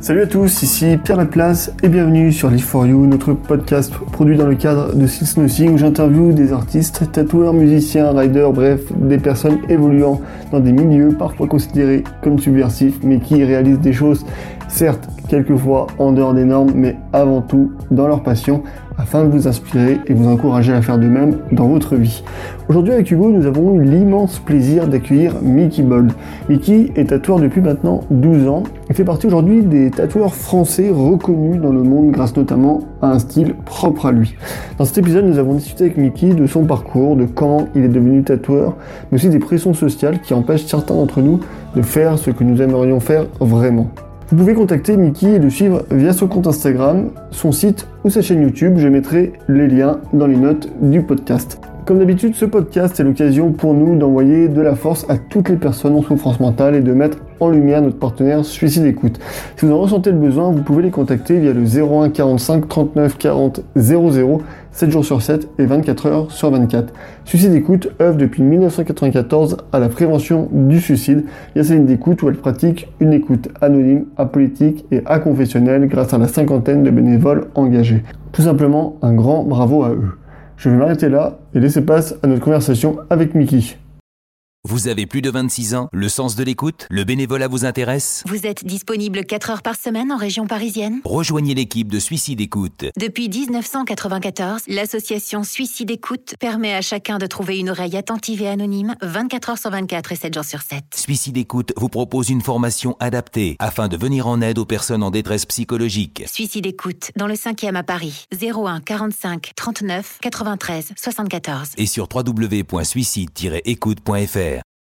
Salut à tous, ici Pierre Laplace et bienvenue sur Live4You, notre podcast produit dans le cadre de Skills Nothing où j'interviewe des artistes, tatoueurs, musiciens, riders, bref, des personnes évoluant dans des milieux parfois considérés comme subversifs mais qui réalisent des choses, certes, quelquefois en dehors des normes, mais avant tout dans leur passion, afin de vous inspirer et vous encourager à faire de même dans votre vie. Aujourd'hui avec Hugo, nous avons eu l'immense plaisir d'accueillir Mickey Bold. Mickey est tatoueur depuis maintenant 12 ans et fait partie aujourd'hui des tatoueurs français reconnus dans le monde grâce notamment à un style propre à lui. Dans cet épisode, nous avons discuté avec Mickey de son parcours, de comment il est devenu tatoueur, mais aussi des pressions sociales qui empêchent certains d'entre nous de faire ce que nous aimerions faire vraiment. Vous pouvez contacter Mickey et le suivre via son compte Instagram, son site ou sa chaîne YouTube. Je mettrai les liens dans les notes du podcast. Comme d'habitude, ce podcast est l'occasion pour nous d'envoyer de la force à toutes les personnes en souffrance mentale et de mettre en lumière notre partenaire Suicide Écoute. Si vous en ressentez le besoin, vous pouvez les contacter via le 01 45 39 40 00, 7 jours sur 7 et 24 heures sur 24. Suicide Écoute œuvre depuis 1994 à la prévention du suicide via sa ligne d'écoute où elle pratique une écoute anonyme, apolitique et aconfessionnelle grâce à la cinquantaine de bénévoles engagés. Tout simplement, un grand bravo à eux. Je vais m'arrêter là et laisser place à notre conversation avec Mickey. Vous avez plus de 26 ans, le sens de l'écoute, le bénévolat vous intéresse ? Vous êtes disponible 4 heures par semaine en région parisienne ? Rejoignez l'équipe de Suicide Écoute. Depuis 1994, l'association Suicide Écoute permet à chacun de trouver une oreille attentive et anonyme 24 heures sur 24 et 7 jours sur 7. Suicide Écoute vous propose une formation adaptée afin de venir en aide aux personnes en détresse psychologique. Suicide Écoute, dans le 5e à Paris, 01 45 39 93 74. Et sur www.suicide-écoute.fr.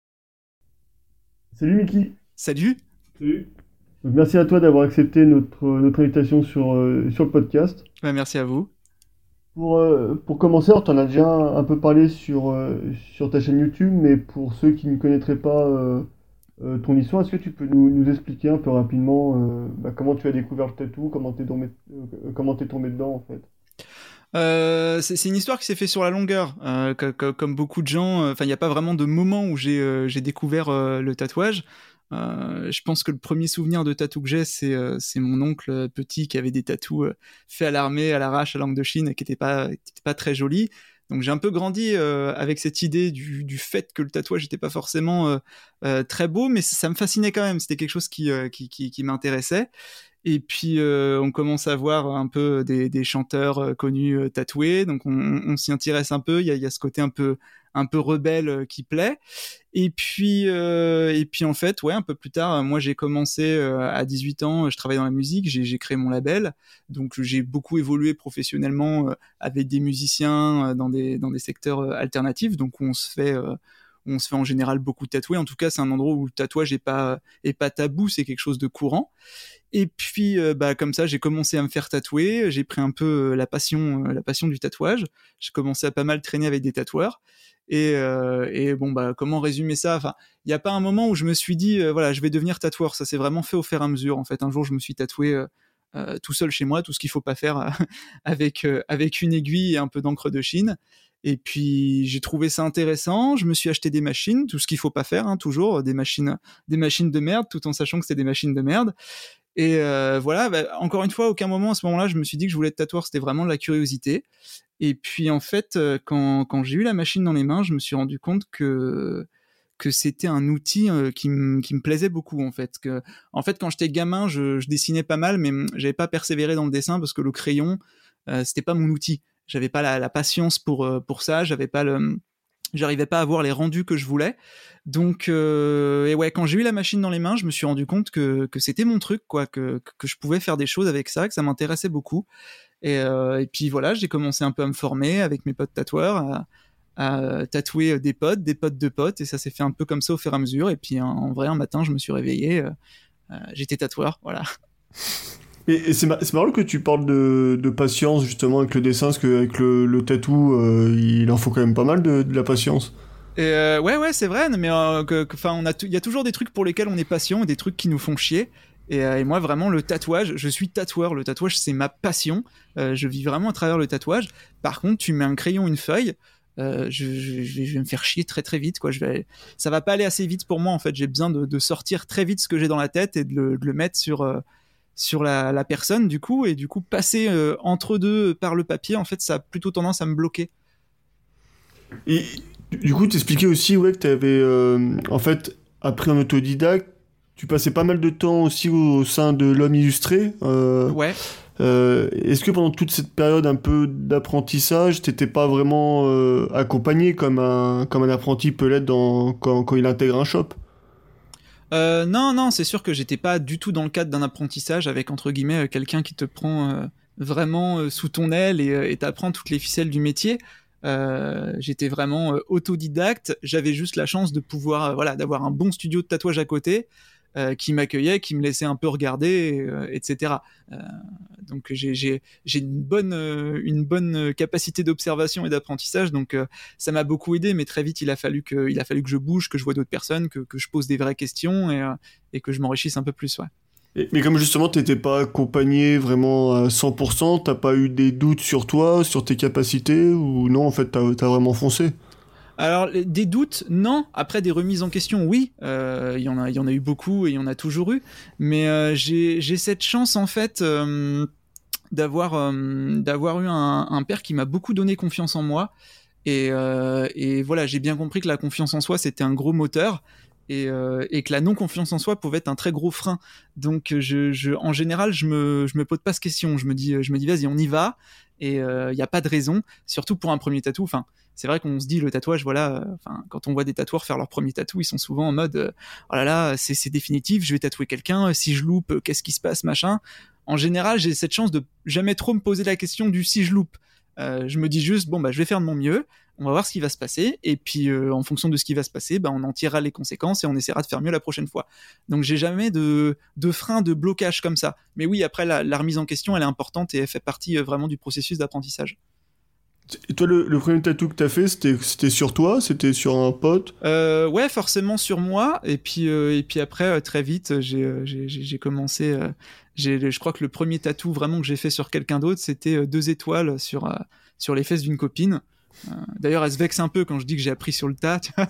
Salut Mickey. Salut. Salut. Donc, merci à toi d'avoir accepté notre invitation sur le podcast. Ouais, merci à vous. Pour commencer, tu en as déjà un peu parlé sur ta chaîne YouTube, mais pour ceux qui ne connaîtraient pas ton histoire, est-ce que tu peux nous expliquer un peu rapidement comment tu as découvert le tatou, comment t'es tombé dedans en fait? C'est une histoire qui s'est fait sur la longueur, comme beaucoup de gens. Il n'y a pas vraiment de moment où j'ai découvert le tatouage. Je pense que le premier souvenir de tatou que j'ai, c'est mon oncle petit qui avait des tatous faits à l'armée, à l'arrache, à langue de Chine, qui étaient pas très jolis. Donc j'ai un peu grandi avec cette idée du fait que le tatouage n'était pas forcément très beau, mais ça me fascinait quand même. C'était quelque chose qui m'intéressait. Et puis on commence à voir un peu des chanteurs connus tatoués, donc on s'y intéresse un peu. Il y a ce côté un peu rebelle qui plaît. Et puis en fait, ouais, un peu plus tard, moi j'ai commencé à 18 ans, je travaillais dans la musique, j'ai créé mon label, donc j'ai beaucoup évolué professionnellement avec des musiciens dans des secteurs alternatifs, donc où on se fait en général beaucoup tatouer. En tout cas, c'est un endroit où le tatouage est pas tabou, c'est quelque chose de courant. Et puis, comme ça, j'ai commencé à me faire tatouer. J'ai pris un peu la passion du tatouage. J'ai commencé à pas mal traîner avec des tatoueurs. Et bon, comment résumer ça ? Enfin, il y a pas un moment où je me suis dit, voilà, je vais devenir tatoueur. Ça s'est vraiment fait au fur et à mesure. En fait, un jour, je me suis tatoué tout seul chez moi, tout ce qu'il faut pas faire avec une aiguille et un peu d'encre de Chine. Et puis j'ai trouvé ça intéressant, je me suis acheté des machines, tout ce qu'il faut pas faire, hein, toujours des machines de merde, tout en sachant que c'était des machines de merde. Et voilà, encore une fois, à aucun moment à ce moment-là, je me suis dit que je voulais être tatoueur, c'était vraiment de la curiosité. Et puis en fait, quand j'ai eu la machine dans les mains, je me suis rendu compte que c'était un outil qui me plaisait beaucoup en fait. En fait, quand j'étais gamin, je dessinais pas mal, mais j'avais pas persévéré dans le dessin parce que le crayon, c'était pas mon outil. J'avais pas la patience pour ça, j'arrivais pas à avoir les rendus que je voulais. Donc et ouais, quand j'ai eu la machine dans les mains, je me suis rendu compte que c'était mon truc, quoi, que je pouvais faire des choses avec ça, que ça m'intéressait beaucoup. Et puis voilà, j'ai commencé un peu à me former avec mes potes tatoueurs, à tatouer des potes de potes, et ça s'est fait un peu comme ça au fur et à mesure. Et puis en vrai, un matin, je me suis réveillé, j'étais tatoueur, voilà. Et c'est marrant que tu parles de patience justement avec le dessin, parce qu'avec le tatou, il en faut quand même pas mal de la patience. Et ouais, c'est vrai, mais il y a toujours des trucs pour lesquels on est patient et des trucs qui nous font chier. Et moi, vraiment, le tatouage, je suis tatoueur. Le tatouage, c'est ma passion. Je vis vraiment à travers le tatouage. Par contre, tu mets un crayon, une feuille, je vais me faire chier très très vite, quoi. Ça va pas aller assez vite pour moi, en fait. J'ai besoin de sortir très vite ce que j'ai dans la tête et de le mettre sur la personne du coup, et du coup passer entre deux par le papier, en fait, ça a plutôt tendance à me bloquer. Et du coup, t'expliquais aussi que t'avais en fait appris en autodidacte. Tu passais pas mal de temps aussi au sein de l'Homme Illustré. Ouais. Est-ce que pendant toute cette période un peu d'apprentissage, t'étais pas vraiment accompagné comme un apprenti peut l'être quand il intègre un shop? Non, c'est sûr que j'étais pas du tout dans le cadre d'un apprentissage avec, entre guillemets, quelqu'un qui te prend vraiment sous ton aile et t'apprend toutes les ficelles du métier. J'étais vraiment autodidacte. J'avais juste la chance de pouvoir, d'avoir un bon studio de tatouage à côté qui m'accueillait, qui me laissait un peu regarder, etc. Donc j'ai une bonne capacité d'observation et d'apprentissage, donc ça m'a beaucoup aidé, mais très vite il a fallu que je bouge, que je vois d'autres personnes, que je pose des vraies questions et que je m'enrichisse un peu plus, ouais. Mais comme justement t'étais pas accompagné vraiment à 100%, t'as pas eu des doutes sur toi, sur tes capacités, ou non, en fait t'as vraiment foncé? Alors, des doutes, non. Après, des remises en question, oui. Il y en a eu beaucoup et il y en a toujours eu. Mais j'ai cette chance, en fait, d'avoir eu un père qui m'a beaucoup donné confiance en moi. Et voilà, j'ai bien compris que la confiance en soi, c'était un gros moteur. Et que la non-confiance en soi pouvait être un très gros frein. Donc, en général, je me pose pas cette question. Je me dis, vas-y, on y va. Et il n'y a pas de raison. Surtout pour un premier tatou. Enfin, c'est vrai qu'on se dit le tatouage, quand on voit des tatoueurs faire leur premier tatou, ils sont souvent en mode oh là là, c'est définitif, je vais tatouer quelqu'un, si je loupe, qu'est-ce qui se passe, machin. En général, j'ai cette chance de jamais trop me poser la question du si je loupe. Je me dis juste, je vais faire de mon mieux, on va voir ce qui va se passer, et puis en fonction de ce qui va se passer, on en tirera les conséquences et on essaiera de faire mieux la prochaine fois. Donc j'ai jamais de frein, de blocage comme ça. Mais oui, après, la remise en question, elle est importante et elle fait partie vraiment du processus d'apprentissage. Et toi, le premier tatou que t'as fait, c'était sur toi? C'était sur un pote? Ouais, forcément sur moi. Et puis après, très vite, j'ai commencé. Je crois que le premier tatou vraiment que j'ai fait sur quelqu'un d'autre, c'était 2 étoiles sur les fesses d'une copine. D'ailleurs, elle se vexe un peu quand je dis que j'ai appris sur le tas. Tu vois,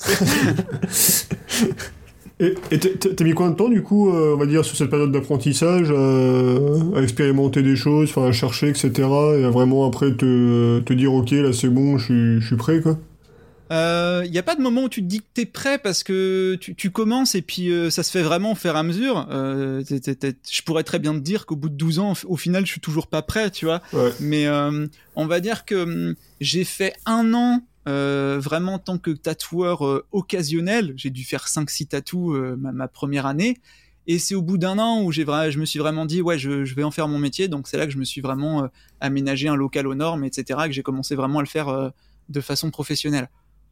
Et t'as mis combien de temps, du coup, on va dire, sur cette période d'apprentissage, à expérimenter des choses, à chercher, etc., et à vraiment, après, te dire, ok, là, c'est bon, je suis prêt, quoi? Y a pas de moment où tu te dis que t'es prêt, parce que tu commences et puis ça se fait vraiment au fur et à mesure. Je pourrais très bien te dire qu'au bout de 12 ans, au final, je suis toujours pas prêt, tu vois. Ouais. Mais on va dire que j'ai fait 1 an vraiment en tant que tatoueur occasionnel. J'ai dû faire 5-6 tatous ma première année. Et c'est au bout d'1 an où je me suis vraiment dit, ouais, je vais en faire mon métier. Donc c'est là que je me suis vraiment aménagé un local aux normes, etc., et que j'ai commencé vraiment à le faire de façon professionnelle.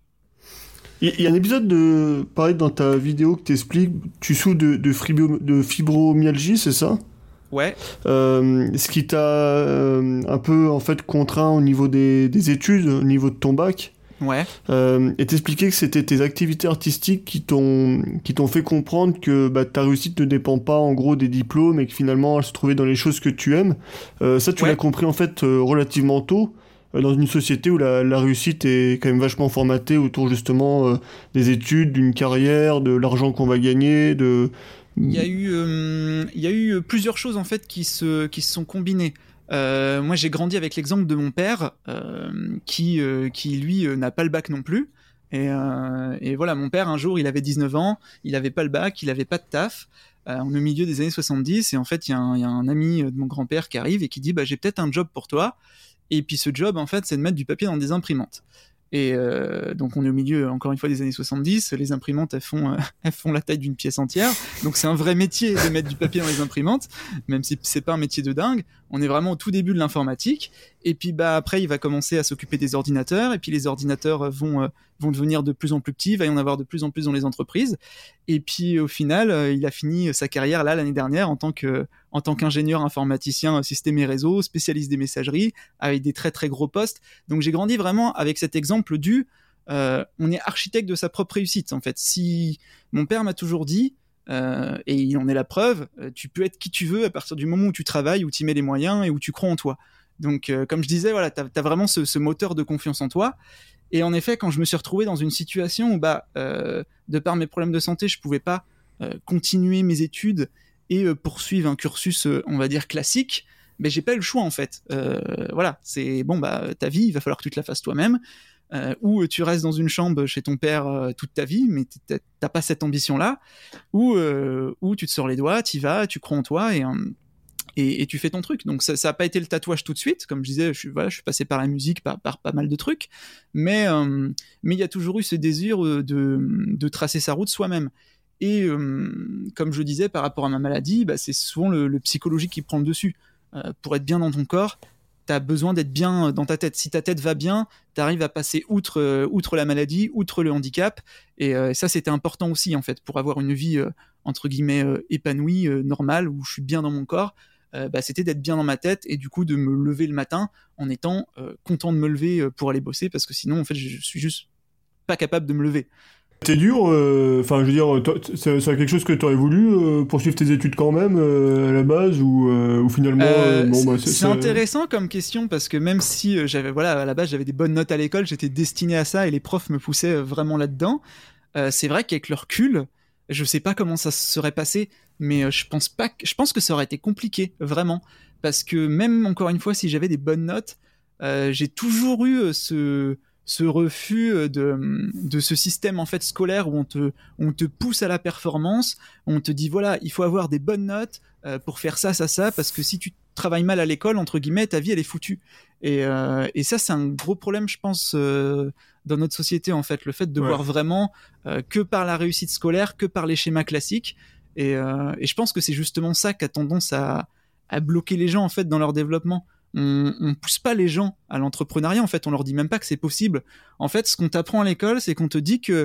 Il y a un épisode pareil, dans ta vidéo que t'expliques, tu souffres de fibromyalgie, c'est ça? Ouais. Ce qui t'a un peu, en fait, contraint au niveau des études, au niveau de ton bac. Ouais. Et t'expliquais que c'était tes activités artistiques qui t'ont fait comprendre que ta réussite ne dépend pas en gros des diplômes et que finalement elle se trouvait dans les choses que tu aimes. Ça, tu l'as compris en fait relativement tôt, dans une société où la réussite est quand même vachement formatée autour justement des études, d'une carrière, de l'argent qu'on va gagner, Il y a eu plusieurs choses en fait qui se sont combinées. Moi, j'ai grandi avec l'exemple de mon père, qui lui n'a pas le bac non plus. Et voilà, mon père, un jour, il avait 19 ans, il avait pas le bac, il avait pas de taf. On est au milieu des années 70, et en fait, il y a un ami de mon grand-père qui arrive et qui dit, j'ai peut-être un job pour toi. Et puis ce job, en fait, c'est de mettre du papier dans des imprimantes. Et donc on est au milieu, encore une fois, des années 70. Les imprimantes, elles font la taille d'une pièce entière. Donc c'est un vrai métier de mettre du papier dans les imprimantes, même si c'est pas un métier de dingue. On est vraiment au tout début de l'informatique. Et puis après, il va commencer à s'occuper des ordinateurs. Et puis les ordinateurs vont devenir de plus en plus petits. Il va y en avoir de plus en plus dans les entreprises. Et puis au final, il a fini sa carrière là l'année dernière en tant qu'ingénieur informaticien système et réseau, spécialiste des messageries, avec des très très gros postes. Donc j'ai grandi vraiment avec cet exemple on est architecte de sa propre réussite en fait. Si mon père m'a toujours dit, et il en est la preuve, tu peux être qui tu veux à partir du moment où tu travailles, où tu y mets les moyens et où tu crois en toi. Donc comme je disais, voilà, t'as vraiment ce moteur de confiance en toi. Et en effet, quand je me suis retrouvé dans une situation où de par mes problèmes de santé, je pouvais pas continuer mes études et poursuivre un cursus, on va dire, classique, mais j'ai pas eu le choix en fait. Voilà, c'est bon, ta vie, il va falloir que tu te la fasses toi-même. Ou tu restes dans une chambre chez ton père toute ta vie, mais t'as pas cette ambition-là, ou tu te sors les doigts, t'y vas, tu crois en toi, et tu fais ton truc. Donc ça a pas été le tatouage tout de suite, comme je disais, je suis passé par la musique, par pas mal de trucs, mais il y a toujours eu ce désir de tracer sa route soi-même. Et comme je disais, par rapport à ma maladie, c'est souvent le psychologique qui prend le dessus. Pour être bien dans ton corps, t'as besoin d'être bien dans ta tête. Si ta tête va bien, t'arrives à passer outre la maladie, outre le handicap, et ça c'était important aussi en fait, pour avoir une vie entre guillemets épanouie, normale, où je suis bien dans mon corps. C'était d'être bien dans ma tête, et du coup de me lever le matin en étant content de me lever pour aller bosser, parce que sinon en fait je suis juste pas capable de me lever. C'est dur, enfin je veux dire, c'est quelque chose que tu aurais voulu poursuivre tes études quand même à la base, ou finalement c'est intéressant comme question, parce que même si à la base j'avais des bonnes notes à l'école, j'étais destiné à ça et les profs me poussaient vraiment là-dedans, c'est vrai qu'avec le recul, je sais pas comment ça se serait passé, mais je pense que ça aurait été compliqué, vraiment, parce que même encore une fois, si j'avais des bonnes notes, j'ai toujours eu ce refus de ce système en fait scolaire où on te pousse à la performance, on te dit voilà, il faut avoir des bonnes notes pour faire ça, parce que si tu travailles mal à l'école, entre guillemets, ta vie elle est foutue. Et ça c'est un gros problème, je pense, dans notre société en fait, le fait de voir vraiment que par la réussite scolaire, que par les schémas classiques. Et je pense que c'est justement ça qui a tendance à bloquer les gens en fait dans leur développement. On pousse pas les gens à l'entrepreneuriat, en fait, on leur dit même pas que c'est possible. En fait, ce qu'on t'apprend à l'école, c'est qu'on te dit que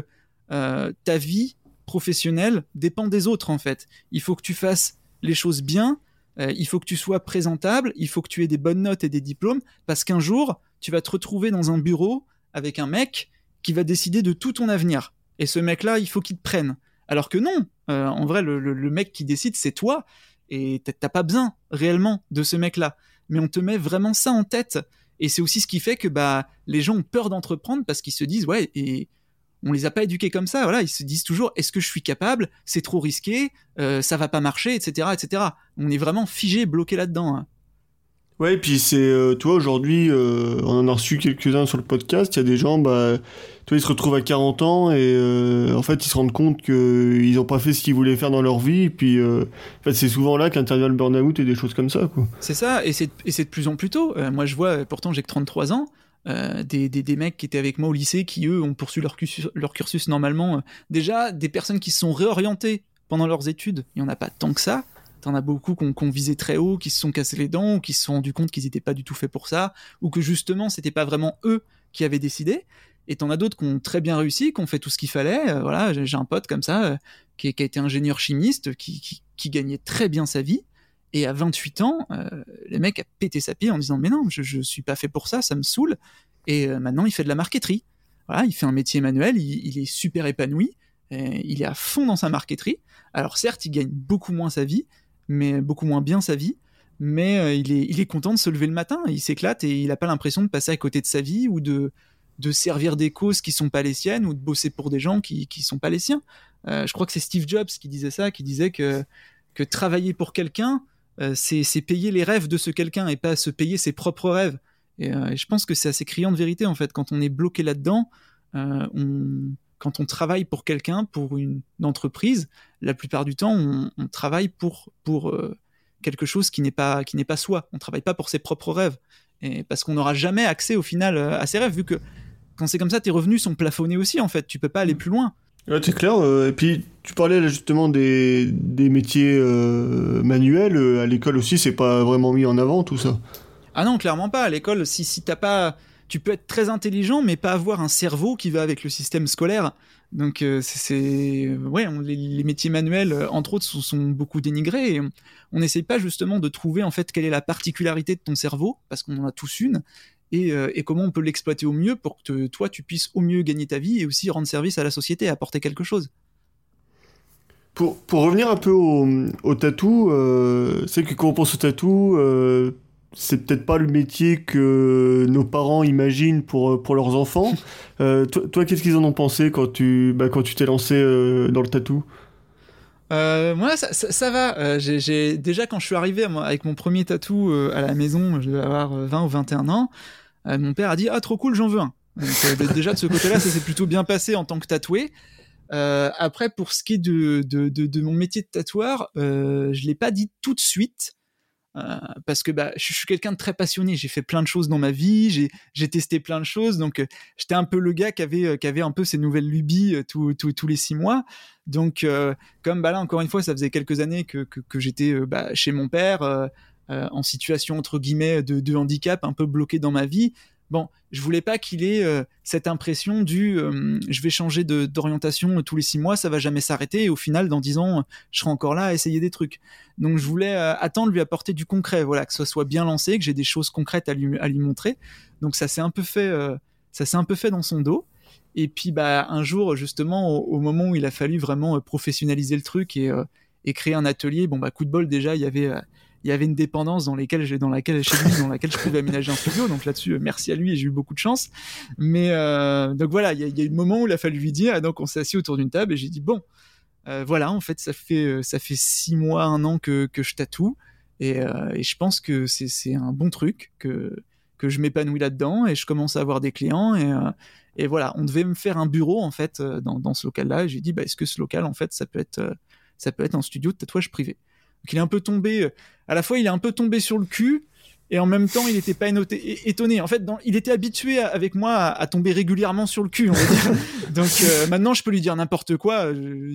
ta vie professionnelle dépend des autres, en fait. Il faut que tu fasses les choses bien, il faut que tu sois présentable, il faut que tu aies des bonnes notes et des diplômes, parce qu'un jour, tu vas te retrouver dans un bureau avec un mec qui va décider de tout ton avenir. Et ce mec-là, il faut qu'il te prenne. Alors que non, en vrai, le mec qui décide, c'est toi, et t'as pas besoin réellement de ce mec-là. Mais on te met vraiment ça en tête, et c'est aussi ce qui fait que les gens ont peur d'entreprendre, parce qu'ils se disent ouais, et on les a pas éduqués comme ça, voilà, ils se disent toujours est-ce que je suis capable, c'est trop risqué, ça va pas marcher, etc. On est vraiment figé, bloqué là-dedans, hein. Ouais, et puis c'est, toi aujourd'hui, on en a reçu quelques-uns sur le podcast, il y a des gens, toi ils se retrouvent à 40 ans et en fait ils se rendent compte qu'ils n'ont pas fait ce qu'ils voulaient faire dans leur vie, et puis en fait c'est souvent là qu'intervient le burn-out et des choses comme ça, quoi. C'est ça, et c'est de plus en plus tôt. Moi je vois, pourtant j'ai que 33 ans, des mecs qui étaient avec moi au lycée qui eux ont poursuivi leur cursus normalement. Déjà, des personnes qui se sont réorientées pendant leurs études, il n'y en a pas tant que ça. T'en as beaucoup qu'on visait très haut, qui se sont cassés les dents, ou qui se sont rendus compte qu'ils n'étaient pas du tout faits pour ça, ou que justement c'était pas vraiment eux qui avaient décidé. Et t'en as d'autres qui ont très bien réussi, qui ont fait tout ce qu'il fallait. Voilà, j'ai un pote comme ça qui a été ingénieur chimiste, qui gagnait très bien sa vie. Et à 28 ans, le mec a pété sa pile en disant mais non, je suis pas fait pour ça me saoule. Et maintenant il fait de la marqueterie. Voilà, il fait un métier manuel, il est super épanoui, il est à fond dans sa marqueterie. Alors certes, il gagne beaucoup moins sa vie, mais beaucoup moins bien sa vie, mais il est content de se lever le matin, il s'éclate et il n'a pas l'impression de passer à côté de sa vie, ou de servir des causes qui sont pas les siennes, ou de bosser pour des gens qui sont pas les siens. Je crois que c'est Steve Jobs qui disait ça, qui disait que travailler pour quelqu'un, c'est payer les rêves de ce quelqu'un et pas se payer ses propres rêves. Et je pense que c'est assez criant de vérité en fait, quand on est bloqué là-dedans. Quand on travaille pour quelqu'un, pour une entreprise, la plupart du temps, on travaille pour quelque chose qui n'est pas soi. On travaille pas pour ses propres rêves. Et parce qu'on n'aura jamais accès au final à ses rêves, vu que quand c'est comme ça, tes revenus sont plafonnés aussi, en fait. Tu peux pas aller plus loin. Ouais, c'est clair. Et puis, tu parlais là, justement des métiers manuels. À l'école aussi, c'est pas vraiment mis en avant, tout ça. Ah non, clairement pas. À l'école, si t'as pas... Tu peux être très intelligent, mais pas avoir un cerveau qui va avec le système scolaire. Donc, les métiers manuels, entre autres, sont beaucoup dénigrés. Et on n'essaye pas justement de trouver en fait quelle est la particularité de ton cerveau, parce qu'on en a tous une, et comment on peut l'exploiter au mieux pour que toi, tu puisses au mieux gagner ta vie et aussi rendre service à la société et apporter quelque chose. Pour revenir un peu au tatou, c'est que quand on pense au tatou, c'est peut-être pas le métier que nos parents imaginent pour leurs enfants. Toi, qu'est-ce qu'ils en ont pensé quand tu t'es lancé dans le tatou ? Moi, ça va. J'ai déjà quand je suis arrivé moi, avec mon premier tatou à la maison, je devais avoir 20 ou 21 ans. Mon père a dit ah trop cool, j'en veux un. Donc déjà de ce côté-là, ça s'est plutôt bien passé en tant que tatoué. Après, pour ce qui est de mon métier de tatoueur, je l'ai pas dit tout de suite. Parce que je suis quelqu'un de très passionné, j'ai fait plein de choses dans ma vie, j'ai testé plein de choses, donc j'étais un peu le gars qui avait un peu ces nouvelles lubies tous les 6 mois. Donc comme là encore une fois ça faisait quelques années que j'étais chez mon père en situation entre guillemets de handicap, un peu bloqué dans ma vie. Bon, je voulais pas qu'il ait cette impression je vais changer d'orientation tous les 6 mois, ça va jamais s'arrêter, et au final, dans 10 ans, je serai encore là à essayer des trucs. Donc, je voulais attendre, lui apporter du concret, voilà, que ça soit bien lancé, que j'ai des choses concrètes à lui montrer. Donc, ça s'est un peu fait dans son dos. Et puis, un jour, justement, au moment où il a fallu vraiment professionnaliser le truc et créer un atelier, coup de bol, déjà, il y avait une dépendance dans laquelle chez lui, dans laquelle je pouvais aménager un studio. Donc là-dessus, merci à lui, et j'ai eu beaucoup de chance. Mais donc voilà, il y a eu le moment où il a fallu lui dire. Donc on s'est assis autour d'une table et j'ai dit bon, voilà, en fait, ça fait 6 mois, 1 an que je tatoue et je pense que c'est un bon truc, que je m'épanouis là-dedans et je commence à avoir des clients et voilà, on devait me faire un bureau en fait dans ce local-là. Et j'ai dit est-ce que ce local en fait ça peut être un studio de tatouage privé. Donc il est un peu tombé, à la fois il est un peu tombé sur le cul, et en même temps il n'était pas étonné. En fait, il était habitué avec moi à tomber régulièrement sur le cul, on va dire. Donc maintenant je peux lui dire n'importe quoi,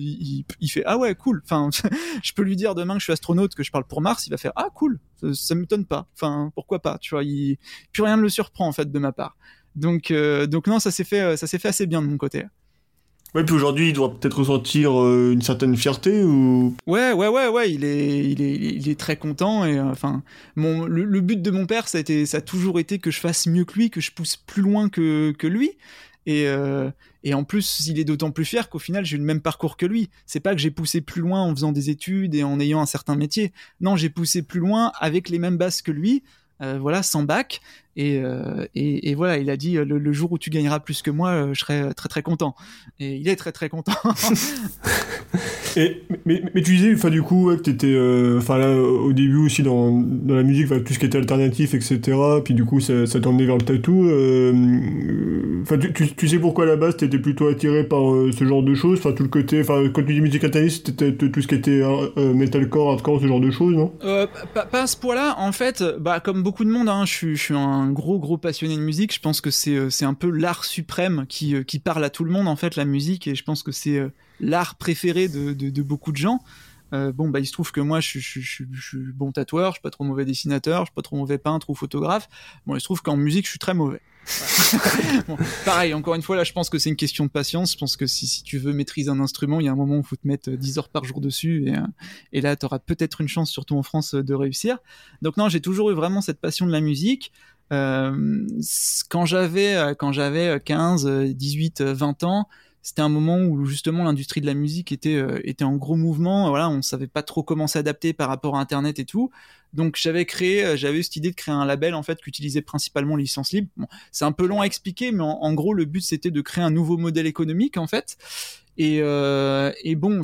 il fait ah ouais cool. Enfin, je peux lui dire demain que je suis astronaute, que je parle pour Mars, il va faire ah cool, ça m'étonne pas. Enfin pourquoi pas, tu vois, plus rien ne le surprend en fait de ma part. Donc non, ça s'est fait assez bien de mon côté. Ouais, puis aujourd'hui, il doit peut-être ressentir une certaine fierté ou... Ouais, il est très content et le but de mon père, ça a toujours été que je fasse mieux que lui, que je pousse plus loin que lui. Et en plus, il est d'autant plus fier qu'au final, j'ai eu le même parcours que lui. C'est pas que j'ai poussé plus loin en faisant des études et en ayant un certain métier. Non, j'ai poussé plus loin avec les mêmes bases que lui. Sans bac, et voilà, il a dit le jour où tu gagneras plus que moi, je serai très très content, et il est très très content. mais tu disais, enfin du coup, que t'étais, là au début aussi dans la musique, tout ce qui était alternatif, etc. Puis du coup, ça t'a emmené vers le tatou. Tu sais pourquoi à la base t'étais plutôt attiré par ce genre de choses, tout le côté, quand tu dis musique alternative, c'était tout ce qui était metalcore, hardcore, ce genre de choses, non? Pas à ce point-là, en fait, comme beaucoup de monde, hein, je suis un gros passionné de musique. Je pense que c'est un peu l'art suprême qui parle à tout le monde, en fait, la musique, et je pense que c'est l'art préféré de beaucoup de gens. Il se trouve que moi je suis bon tatoueur, je suis pas trop mauvais dessinateur, je suis pas trop mauvais peintre ou photographe. Bon, il se trouve qu'en musique je suis très mauvais. Bon, pareil, encore une fois, là je pense que c'est une question de patience. Je pense que si tu veux maîtriser un instrument, il y a un moment où il faut te mettre 10 heures par jour dessus, et là tu auras peut-être une chance, surtout en France, de réussir. Donc non, j'ai toujours eu vraiment cette passion de la musique. Quand j'avais 15, 18, 20 ans, c'était un moment où justement l'industrie de la musique était en gros mouvement. Voilà, on savait pas trop comment s'adapter par rapport à Internet et tout. Donc j'avais eu cette idée de créer un label en fait qui utilisait principalement les licences libres. Bon, c'est un peu long à expliquer, mais en gros le but c'était de créer un nouveau modèle économique en fait. Et bon,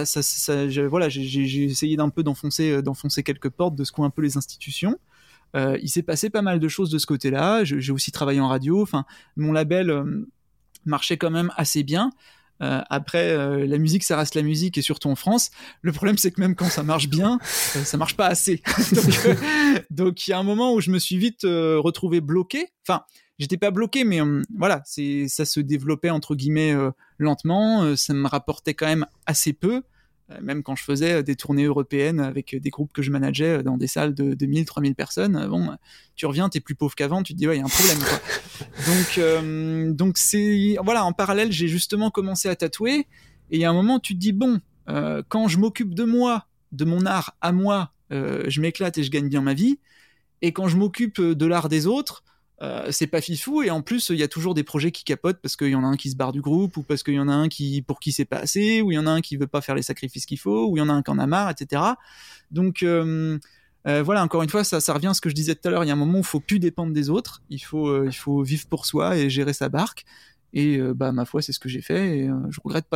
j'ai essayé d'un peu d'enfoncer quelques portes, de secouer un peu les institutions. Il s'est passé pas mal de choses de ce côté-là. J'ai aussi travaillé en radio. Enfin, mon label marchait quand même assez bien. Après, la musique, ça reste la musique, et surtout en France. Le problème, c'est que même quand ça marche bien, ça marche pas assez. Donc, il y a un moment où je me suis vite retrouvé bloqué. Enfin, j'étais pas bloqué, mais voilà, ça se développait entre guillemets lentement. Ça me rapportait quand même assez peu. Même quand je faisais des tournées européennes avec des groupes que je manageais dans des salles de 2000, 3000 personnes, bon, tu reviens, t'es plus pauvre qu'avant, tu te dis ouais, il y a un problème, quoi. Donc c'est, voilà, en parallèle, j'ai justement commencé à tatouer, et il y a un moment où tu te dis bon, quand je m'occupe de moi, de mon art à moi, je m'éclate et je gagne bien ma vie, et quand je m'occupe de l'art des autres, c'est pas fifou, et en plus il y a toujours des projets qui capotent parce qu'il y en a un qui se barre du groupe, ou parce qu'il y en a un pour qui c'est pas assez, ou il y en a un qui veut pas faire les sacrifices qu'il faut, ou il y en a un qui en a marre, etc. Donc voilà, encore une fois, ça revient à ce que je disais tout à l'heure. Il y a un moment où il faut plus dépendre des autres, il faut vivre pour soi et gérer sa barque, et ma foi c'est ce que j'ai fait, et je regrette pas trop.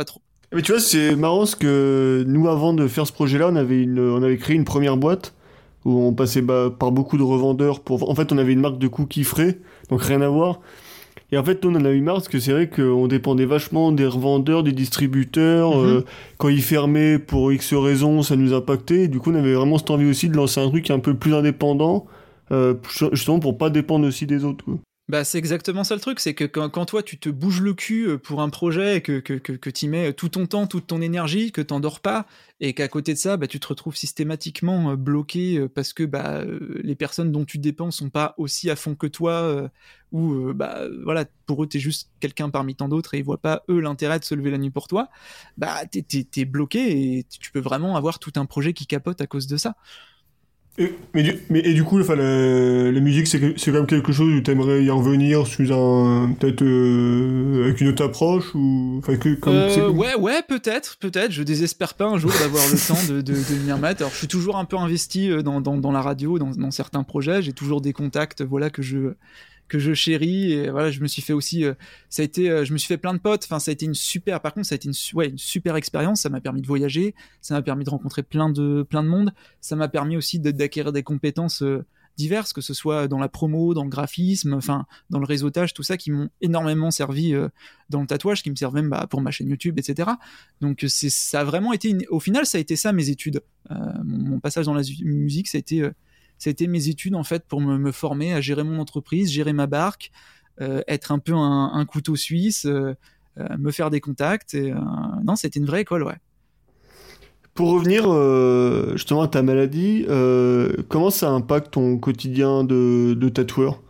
Mais tu vois, c'est marrant parce que nous, avant de faire ce projet-là, on avait créé une première boîte où on passait par beaucoup de revendeurs pour. En fait, on avait une marque de cookies frais, donc rien à voir. Et en fait, nous, on en a eu marre parce que c'est vrai qu'on dépendait vachement des revendeurs, des distributeurs. Mhm. Quand ils fermaient pour X raisons, ça nous impactait. Et du coup, on avait vraiment cette envie aussi de lancer un truc un peu plus indépendant, justement pour pas dépendre aussi des autres, quoi. Bah, c'est exactement ça le truc, c'est que quand toi tu te bouges le cul pour un projet, et que t'y mets tout ton temps, toute ton énergie, que t'endors pas, et qu'à côté de ça, bah, tu te retrouves systématiquement bloqué parce que bah, les personnes dont tu dépends sont pas aussi à fond que toi, ou bah, voilà, pour eux t'es juste quelqu'un parmi tant d'autres et ils voient pas eux l'intérêt de se lever la nuit pour toi, bah t'es bloqué et tu peux vraiment avoir tout un projet qui capote à cause de ça. Et du coup, enfin, la musique, c'est quand même quelque chose où t'aimerais y revenir sous peut-être avec une autre approche ou, enfin, Ouais, peut-être. Je désespère pas un jour d'avoir le temps de m'y remettre. Alors, je suis toujours un peu investi dans la radio, dans certains projets. J'ai toujours des contacts, voilà, que je chéris. Et voilà, je me suis fait aussi, je me suis fait plein de potes. Enfin, ça a été une super. Par contre, ça a été une super expérience. Ça m'a permis de voyager. Ça m'a permis de rencontrer plein de monde. Ça m'a permis aussi d'acquérir des compétences diverses, que ce soit dans la promo, dans le graphisme, enfin dans le réseautage, tout ça qui m'ont énormément servi dans le tatouage, qui me servent même pour ma chaîne YouTube, etc. Donc ça a vraiment été, au final, ça a été ça mes études. Mon passage dans la musique, ça a été mes études en fait pour me former à gérer mon entreprise, gérer ma barque, être un peu un couteau suisse, me faire des contacts. Et, non, c'était une vraie école, ouais. Pour revenir justement à ta maladie, comment ça impacte ton quotidien de tatoueur?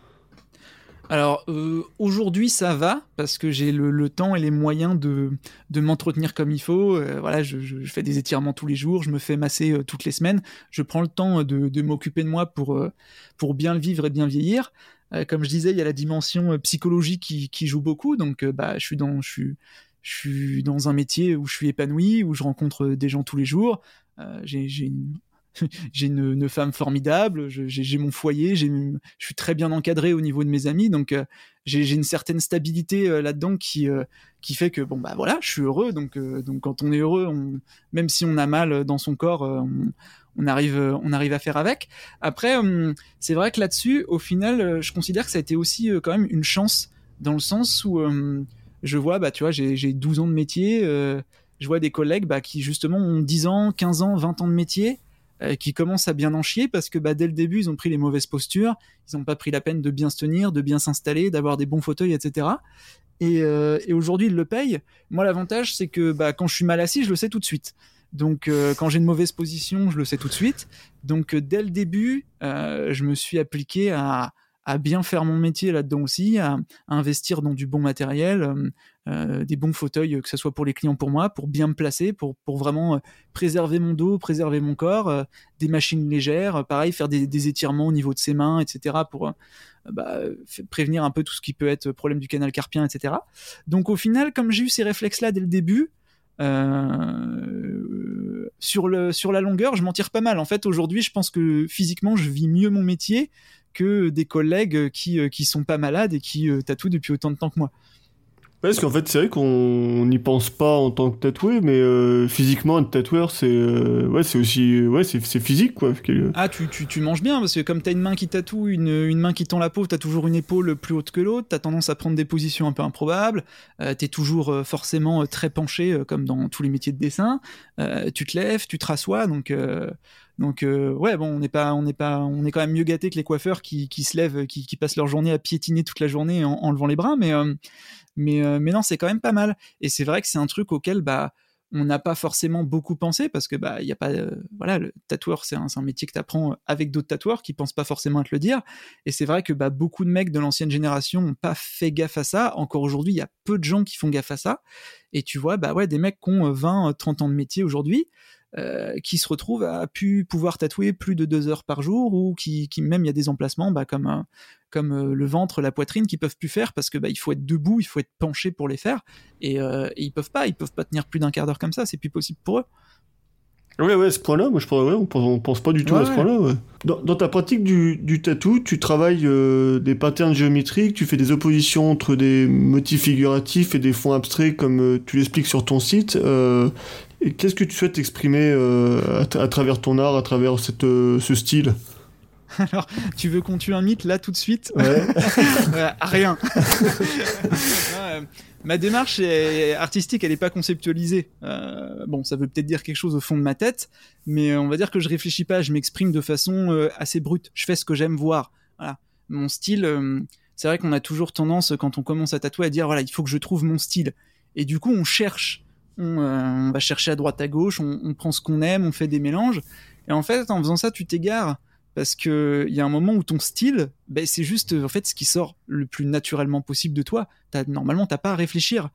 Alors aujourd'hui ça va parce que j'ai le temps et les moyens de m'entretenir comme il faut. Voilà, je fais des étirements tous les jours, je me fais masser toutes les semaines. Je prends le temps de m'occuper de moi pour bien le vivre et bien vieillir. Comme je disais, il y a la dimension psychologique qui joue beaucoup. Donc bah, je suis dans un métier où je suis épanoui, où je rencontre des gens tous les jours. J'ai j'ai une femme formidable, j'ai mon foyer, je suis très bien encadré au niveau de mes amis, donc j'ai une certaine stabilité là-dedans qui fait que bon bah voilà, je suis heureux, donc quand on est heureux, même si on a mal dans son corps, on arrive à faire avec. Après, c'est vrai que là-dessus, au final, je considère que ça a été aussi quand même une chance, dans le sens où je vois, bah tu vois, j'ai 12 ans de métier, je vois des collègues bah, qui justement ont 10 ans, 15 ans, 20 ans de métier, qui commencent à bien en chier parce que bah, dès le début, ils ont pris les mauvaises postures, ils n'ont pas pris la peine de bien se tenir, de bien s'installer, d'avoir des bons fauteuils, etc. Et aujourd'hui, ils le payent. Moi, l'avantage, c'est que bah, quand je suis mal assis, je le sais tout de suite. Donc, quand j'ai une mauvaise position, je le sais tout de suite. Donc, dès le début, je me suis appliqué à bien faire mon métier là-dedans aussi, à investir dans du bon matériel, des bons fauteuils, que ce soit pour les clients, pour moi, pour bien me placer, pour vraiment préserver mon dos, préserver mon corps, des machines légères, pareil, faire des étirements au niveau de ses mains, etc., pour bah, prévenir un peu tout ce qui peut être problème du canal carpien, etc. Donc au final, comme j'ai eu ces réflexes-là dès le début, sur la longueur, je m'en tire pas mal. En fait, aujourd'hui, je pense que physiquement, je vis mieux mon métier que des collègues qui sont pas malades et qui tatouent depuis autant de temps que moi. Ouais, parce qu'en fait, c'est vrai qu'on n'y pense pas en tant que tatoué, mais physiquement, être tatoueur, ouais, c'est aussi, ouais, c'est physique, quoi. Ah, tu manges bien, parce que comme t'as une main qui tatoue, une main qui tend la peau, t'as toujours une épaule plus haute que l'autre, t'as tendance à prendre des positions un peu improbables, t'es toujours forcément très penché, comme dans tous les métiers de dessin, tu te lèves, tu te rassois, donc ouais, bon, on est quand même mieux gâté que les coiffeurs qui se lèvent, qui passent leur journée à piétiner toute la journée en levant les bras, mais non, c'est quand même pas mal. Et c'est vrai que c'est un truc auquel bah on n'a pas forcément beaucoup pensé parce que bah il y a pas voilà, le tatoueur c'est un métier que t'apprends avec d'autres tatoueurs qui pensent pas forcément à te le dire. Et c'est vrai que bah beaucoup de mecs de l'ancienne génération ont pas fait gaffe à ça. Encore aujourd'hui, il y a peu de gens qui font gaffe à ça. Et tu vois bah ouais, des mecs qui ont 20 30 ans de métier aujourd'hui, qui se retrouvent à pouvoir tatouer plus de 2 heures par jour, ou qui même il y a des emplacements bah, comme le ventre, la poitrine, qui peuvent plus faire parce que bah, il faut être debout, il faut être penché pour les faire, et ils peuvent pas tenir plus d'1/4 d'heure comme ça, c'est plus possible pour eux. Ouais, à ce point-là, moi on pense pas du tout à ce point-là. Ouais. Dans ta pratique du tatou, tu travailles des patterns géométriques, tu fais des oppositions entre des motifs figuratifs et des fonds abstraits comme tu l'expliques sur ton site. Et qu'est-ce que tu souhaites exprimer à travers ton art, à travers ce style? Alors, tu veux qu'on tue un mythe là tout de suite? Ouais. Rien. Ma démarche artistique, elle n'est pas conceptualisée. Bon, ça veut peut-être dire quelque chose au fond de ma tête, mais on va dire que je réfléchis pas, je m'exprime de façon assez brute. Je fais ce que j'aime voir. Voilà. Mon style, c'est vrai qu'on a toujours tendance, quand on commence à tatouer, à dire voilà, il faut que je trouve mon style. Et du coup, on cherche. On va chercher à droite à gauche, on prend ce qu'on aime, on fait des mélanges. Et en fait, en faisant ça, tu t'égares. Parce qu'il y a un moment où ton style, c'est juste en fait ce qui sort le plus naturellement possible de toi. Normalement, t'as pas à réfléchir.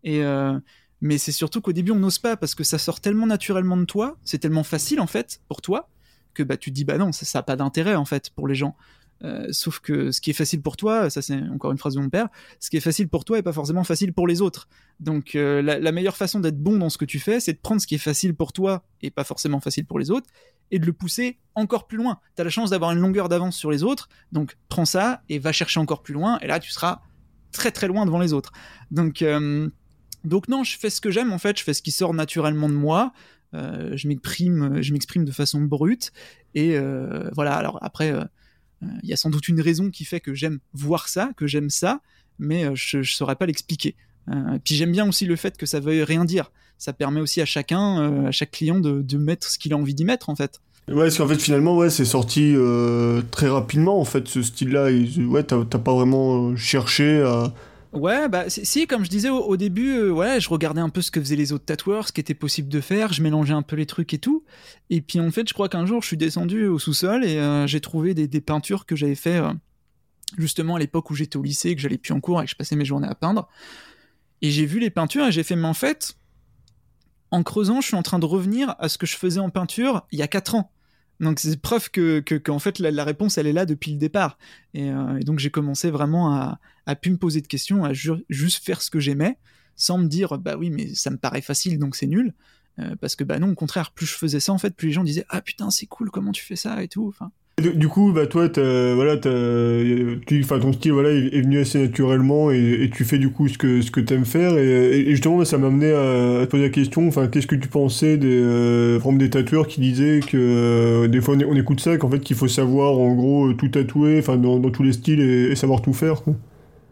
Mais c'est surtout qu'au début, on n'ose pas parce que ça sort tellement naturellement de toi, c'est tellement facile en fait pour toi, que tu te dis non, ça n'a pas d'intérêt en fait pour les gens. Sauf que ce qui est facile pour toi, ça c'est encore une phrase de mon père, ce qui est facile pour toi est pas forcément facile pour les autres. Donc la meilleure façon d'être bon dans ce que tu fais, c'est de prendre ce qui est facile pour toi et pas forcément facile pour les autres, et de le pousser encore plus loin. T'as la chance d'avoir une longueur d'avance sur les autres, donc prends ça et va chercher encore plus loin, et là tu seras très très loin devant les autres. Donc non, je fais ce que j'aime en fait, je fais ce qui sort naturellement de moi, je m'exprime de façon brute, et voilà. Alors après, il y a sans doute une raison qui fait que j'aime voir ça, que j'aime ça, mais je saurais pas l'expliquer. Puis j'aime bien aussi le fait que ça veuille rien dire. Ça permet aussi à chacun, à chaque client de mettre ce qu'il a envie d'y mettre en fait. Ouais, parce qu'en fait finalement c'est sorti très rapidement en fait ce style-là. Ouais, t'as pas vraiment cherché à... Ouais, si, comme je disais au début, je regardais un peu ce que faisaient les autres tatoueurs, ce qui était possible de faire, je mélangeais un peu les trucs et tout. Et puis en fait, je crois qu'un jour, je suis descendu au sous-sol et j'ai trouvé des peintures que j'avais fait justement à l'époque où j'étais au lycée, que j'allais plus en cours et que je passais mes journées à peindre. Et j'ai vu les peintures et j'ai fait, mais en fait, en creusant, je suis en train de revenir à ce que je faisais en peinture il y a 4 ans. Donc c'est preuve qu'en fait la réponse elle est là depuis le départ. Et donc j'ai commencé vraiment à plus me poser de questions, à juste faire ce que j'aimais, sans me dire oui mais ça me paraît facile donc c'est nul. Parce que non, au contraire, plus je faisais ça en fait, plus les gens disaient ah putain c'est cool comment tu fais ça et tout. Enfin. Du coup, toi, ton style est venu assez naturellement et tu fais du coup ce que t'aimes faire. Et justement, ça m'a amené à te poser la question, qu'est-ce que tu pensais des tatoueurs qui disaient que des fois on écoute ça, qu'en fait qu'il faut savoir en gros tout tatouer, dans tous les styles et savoir tout faire, quoi.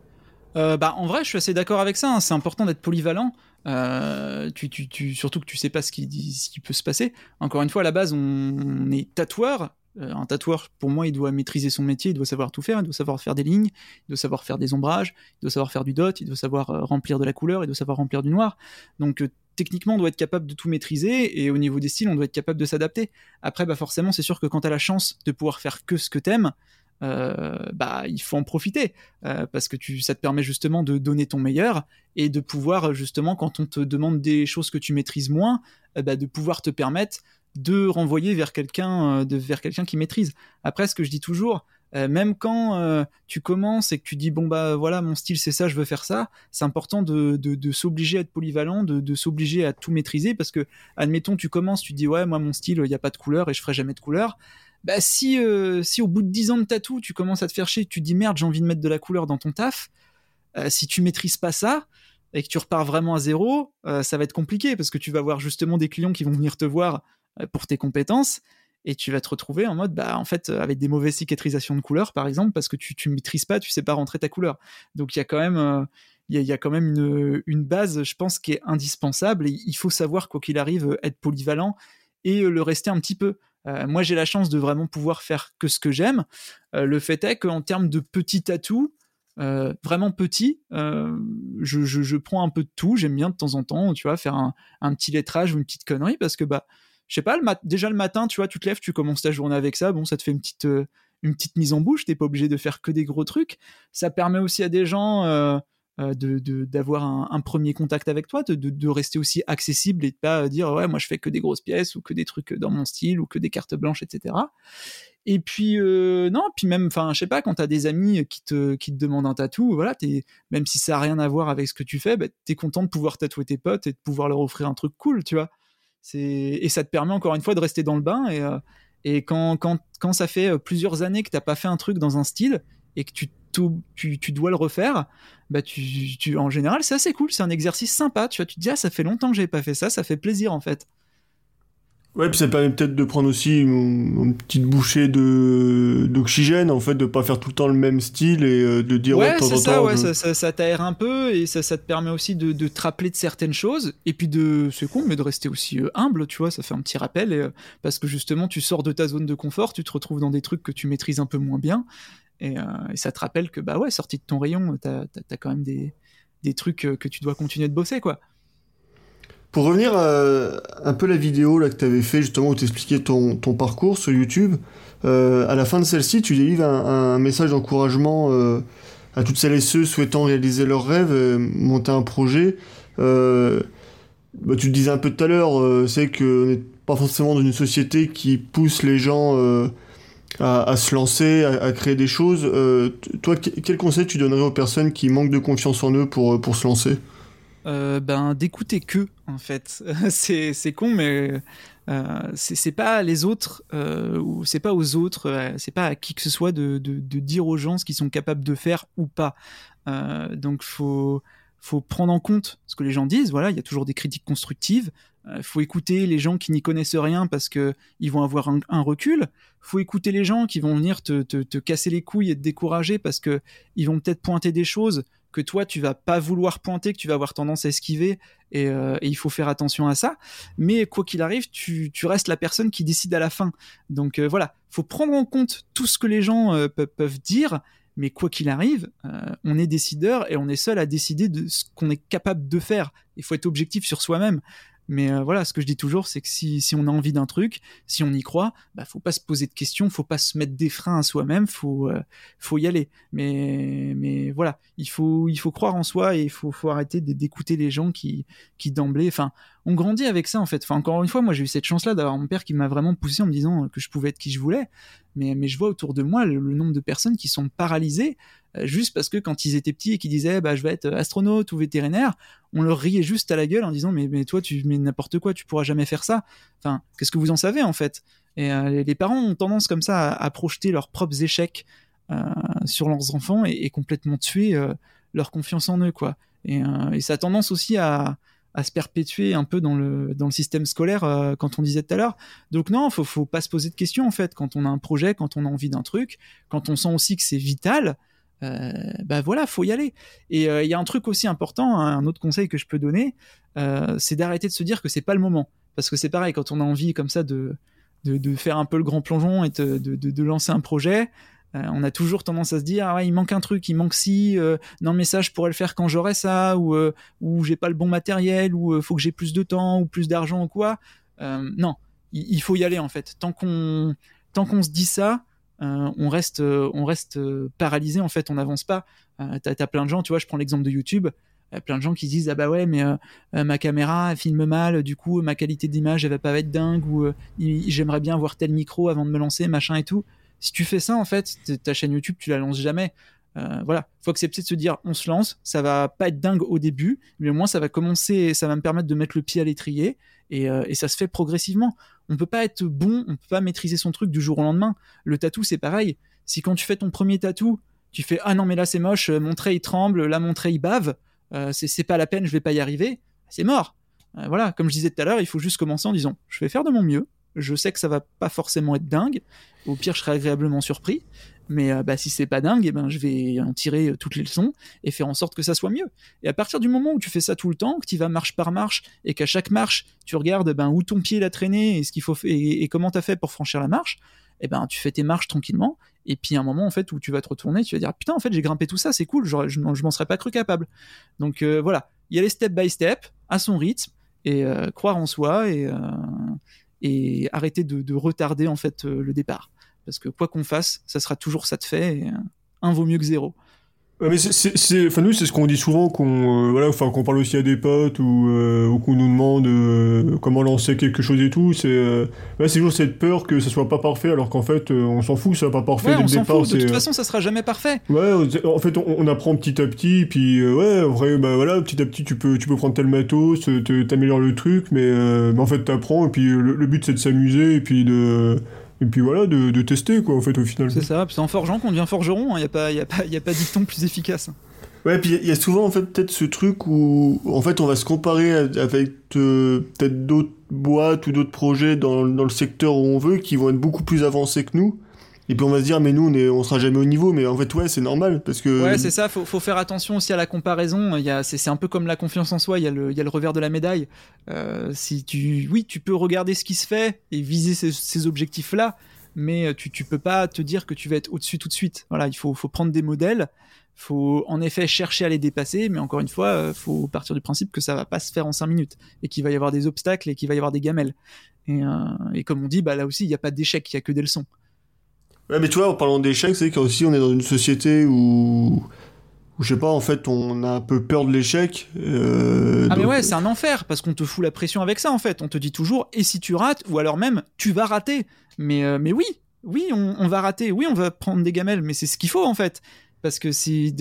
En vrai, je suis assez d'accord avec ça, hein. C'est important d'être polyvalent. Surtout que tu sais pas ce qui peut se passer. Encore une fois, à la base, on est tatoueur. Un tatoueur, pour moi, il doit maîtriser son métier, il doit savoir tout faire, il doit savoir faire des lignes, il doit savoir faire des ombrages, il doit savoir faire du dot, il doit savoir remplir de la couleur, il doit savoir remplir du noir. Donc techniquement, on doit être capable de tout maîtriser, et au niveau des styles, on doit être capable de s'adapter. Après, forcément, c'est sûr que quand t'as la chance de pouvoir faire que ce que t'aimes, il faut en profiter, parce que ça te permet justement de donner ton meilleur, et de pouvoir justement, quand on te demande des choses que tu maîtrises moins, de pouvoir te permettre de renvoyer vers quelqu'un qui maîtrise. Après, ce que je dis toujours, même quand tu commences et que tu dis voilà, mon style c'est ça, je veux faire ça, c'est important de s'obliger à être polyvalent, de s'obliger à tout maîtriser, parce que admettons tu commences, tu dis ouais moi mon style il y a pas de couleur et je ferai jamais de couleur. Si au bout de 10 ans de tatou tu commences à te faire chier, tu te dis merde j'ai envie de mettre de la couleur dans ton taf, si tu maîtrises pas ça et que tu repars vraiment à zéro, ça va être compliqué, parce que tu vas avoir justement des clients qui vont venir te voir pour tes compétences, et tu vas te retrouver en mode en fait avec des mauvaises cicatrisations de couleur par exemple, parce que tu maîtrises pas, tu sais pas rentrer ta couleur. Donc il y a quand même une base, je pense, qui est indispensable, et il faut savoir quoi qu'il arrive être polyvalent et le rester un petit peu. Moi j'ai la chance de vraiment pouvoir faire que ce que j'aime. Le fait est qu'en termes de petits tatous, vraiment petit, je prends un peu de tout. J'aime bien de temps en temps, tu vois, faire un petit lettrage ou une petite connerie, parce que je sais pas, déjà le matin, tu vois, tu te lèves, tu commences ta journée avec ça, ça te fait une petite mise en bouche, t'es pas obligé de faire que des gros trucs. Ça permet aussi à des gens d'avoir un premier contact avec toi, de rester aussi accessible et de pas dire ouais moi je fais que des grosses pièces ou que des trucs dans mon style ou que des cartes blanches, etc. Et puis non, puis même, je sais pas, quand t'as des amis qui te demandent un tatou, voilà, même si ça a rien à voir avec ce que tu fais, t'es content de pouvoir tatouer tes potes et de pouvoir leur offrir un truc cool, tu vois. Et ça te permet encore une fois de rester dans le bain. Et quand ça fait plusieurs années que t'as pas fait un truc dans un style et que tu dois le refaire, bah en général c'est assez cool, c'est un exercice sympa, tu vois, tu te dis ça fait longtemps que j'avais pas fait ça fait plaisir en fait. Ouais, puis ça permet peut-être de prendre aussi une petite bouchée d'oxygène, en fait, de pas faire tout le temps le même style et de dire ouais, de temps c'est en ça, temps. ouais, ça t'aère un peu et ça te permet aussi de te rappeler de certaines choses et puis c'est con, mais de rester aussi humble, tu vois, ça fait un petit rappel parce que justement tu sors de ta zone de confort, tu te retrouves dans des trucs que tu maîtrises un peu moins bien et ça te rappelle que bah ouais, sorti de ton rayon, t'as quand même des trucs que tu dois continuer de bosser, quoi. Pour revenir à un peu la vidéo là, que tu avais fait justement où tu expliquais ton parcours sur YouTube, à la fin de celle-ci, tu délivres un message d'encouragement à toutes celles et ceux souhaitant réaliser leurs rêves, monter un projet. Bah, tu le disais un peu tout à l'heure, c'est qu'on n'est pas forcément dans une société qui pousse les gens à se lancer, à créer des choses. Toi, quel conseil tu donnerais aux personnes qui manquent de confiance en eux pour se lancer ? D'écouter que en fait c'est con mais c'est pas les autres ou c'est pas aux autres c'est pas à qui que ce soit de dire aux gens ce qu'ils sont capables de faire ou pas, donc faut prendre en compte ce que les gens disent, voilà, il y a toujours des critiques constructives, faut écouter les gens qui n'y connaissent rien parce que ils vont avoir un recul, faut écouter les gens qui vont venir te casser les couilles et te décourager parce que ils vont peut-être pointer des choses que toi tu vas pas vouloir pointer, que tu vas avoir tendance à esquiver et il faut faire attention à ça, mais quoi qu'il arrive tu restes la personne qui décide à la fin, donc voilà, faut prendre en compte tout ce que les gens peuvent dire, mais quoi qu'il arrive on est décideur et on est seul à décider de ce qu'on est capable de faire, il faut être objectif sur soi-même. Mais voilà, ce que je dis toujours, c'est que si on a envie d'un truc, si on y croit, bah faut pas se poser de questions, faut pas se mettre des freins à soi-même, faut y aller. Mais voilà, il faut croire en soi et il faut arrêter d'écouter les gens qui d'emblée, enfin, on grandit avec ça en fait. Enfin, encore une fois, moi j'ai eu cette chance-là d'avoir mon père qui m'a vraiment poussé en me disant que je pouvais être qui je voulais. Mais je vois autour de moi le nombre de personnes qui sont paralysées juste parce que quand ils étaient petits et qu'ils disaient bah je vais être astronaute ou vétérinaire, on leur riait juste à la gueule en disant mais toi tu mets n'importe quoi, tu pourras jamais faire ça. Enfin, qu'est-ce que vous en savez en fait? Et les parents ont tendance comme ça à projeter leurs propres échecs sur leurs enfants et complètement tuer leur confiance en eux, quoi. Et ça a tendance aussi à se perpétuer un peu dans le système scolaire, quand on disait tout à l'heure. Donc non, faut pas se poser de questions en fait. Quand on a un projet, quand on a envie d'un truc, quand on sent aussi que c'est vital, bah voilà, faut y aller. Et il y a un truc aussi important, hein, un autre conseil que je peux donner, c'est d'arrêter de se dire que c'est pas le moment. Parce que c'est pareil, quand on a envie comme ça de faire un peu le grand plongeon et de lancer un projet, on a toujours tendance à se dire ah ouais, il manque un truc, il manque ci, non mais ça je pourrais le faire quand j'aurai ça, ou j'ai pas le bon matériel, ou faut que j'ai plus de temps ou plus d'argent ou quoi. Non, il faut y aller en fait. Tant qu'on se dit ça, on reste paralysé en fait, on n'avance pas. T'as plein de gens, tu vois, je prends l'exemple de YouTube, plein de gens qui disent ah bah ouais mais ma caméra elle filme mal, du coup ma qualité d'image elle va pas être dingue, ou j'aimerais bien avoir tel micro avant de me lancer, machin et tout. Si tu fais ça en fait, ta chaîne YouTube tu la lances jamais. Voilà, faut accepter de se dire on se lance, ça va pas être dingue au début, mais au moins ça va commencer, ça va me permettre de mettre le pied à l'étrier, et ça se fait progressivement. On peut pas être bon, on peut pas maîtriser son truc du jour au lendemain. Le tatou c'est pareil, si quand tu fais ton premier tatou tu fais ah non mais là c'est moche, mon trait il tremble, là mon trait il bave, c'est pas la peine, je vais pas y arriver, c'est mort. Voilà, comme je disais tout à l'heure, il faut juste commencer en disant je vais faire de mon mieux, je sais que ça va pas forcément être dingue, au pire je serai agréablement surpris, mais si c'est pas dingue, je vais en tirer toutes les leçons et faire en sorte que ça soit mieux. Et à partir du moment où tu fais ça tout le temps, que tu vas marche par marche et qu'à chaque marche tu regardes où ton pied l'a traîné et ce qu'il faut et comment t'as fait pour franchir la marche, tu fais tes marches tranquillement, et puis un moment en fait où tu vas te retourner, tu vas dire putain en fait j'ai grimpé tout ça, c'est cool, je m'en serais pas cru capable. Donc voilà, y aller step by step à son rythme et croire en soi et arrêter de retarder en fait le départ, parce que quoi qu'on fasse ça sera toujours ça de fait, et un vaut mieux que zéro. Ouais, mais enfin nous c'est ce qu'on dit souvent qu'on parle aussi à des potes ou qu'on nous demande comment lancer quelque chose et tout, c'est toujours cette peur que ça soit pas parfait alors qu'en fait on s'en fout, ça soit pas parfait Ouais, dès on le s'en départ. fout. De toute façon, ça sera jamais parfait. Ouais, en fait on apprend petit à petit, puis ouais, en vrai bah voilà, petit à petit tu peux prendre tel matos, t'améliores le truc, mais en fait t'apprends et puis le but c'est de s'amuser et puis voilà, de tester quoi en fait au final. C'est ça. C'est en forgeant qu'on devient forgeron. Il y a pas dicton plus efficace. Ouais, puis il y a souvent en fait peut-être ce truc où en fait on va se comparer avec peut-être d'autres boîtes ou d'autres projets dans le secteur où on veut qui vont être beaucoup plus avancés que nous. Et puis on va se dire mais nous on sera jamais au niveau, mais en fait ouais c'est normal parce que Ouais, c'est ça, faut faire attention aussi à la comparaison. C'est un peu comme la confiance en soi, il y a le revers de la médaille. Oui, tu peux regarder ce qui se fait et viser ces objectifs-là, mais tu peux pas te dire que tu vas être au-dessus tout de suite. Voilà, il faut prendre des modèles, faut en effet chercher à les dépasser, mais encore une fois, faut partir du principe que ça va pas se faire en 5 minutes et qu'il va y avoir des obstacles et qu'il va y avoir des gamelles. Et comme on dit, bah là aussi, il n'y a pas d'échec, il y a que des leçons. ouais, mais tu vois en parlant d'échec, c'est qu'aussi on est dans une société où je sais pas, en fait on a un peu peur de l'échec. Mais ouais, c'est un enfer, parce qu'on te fout la pression avec ça, en fait. On te dit toujours, et si tu rates, ou alors même, tu vas rater. Mais oui, on va rater, oui, on va prendre des gamelles, mais c'est ce qu'il faut, en fait. Parce que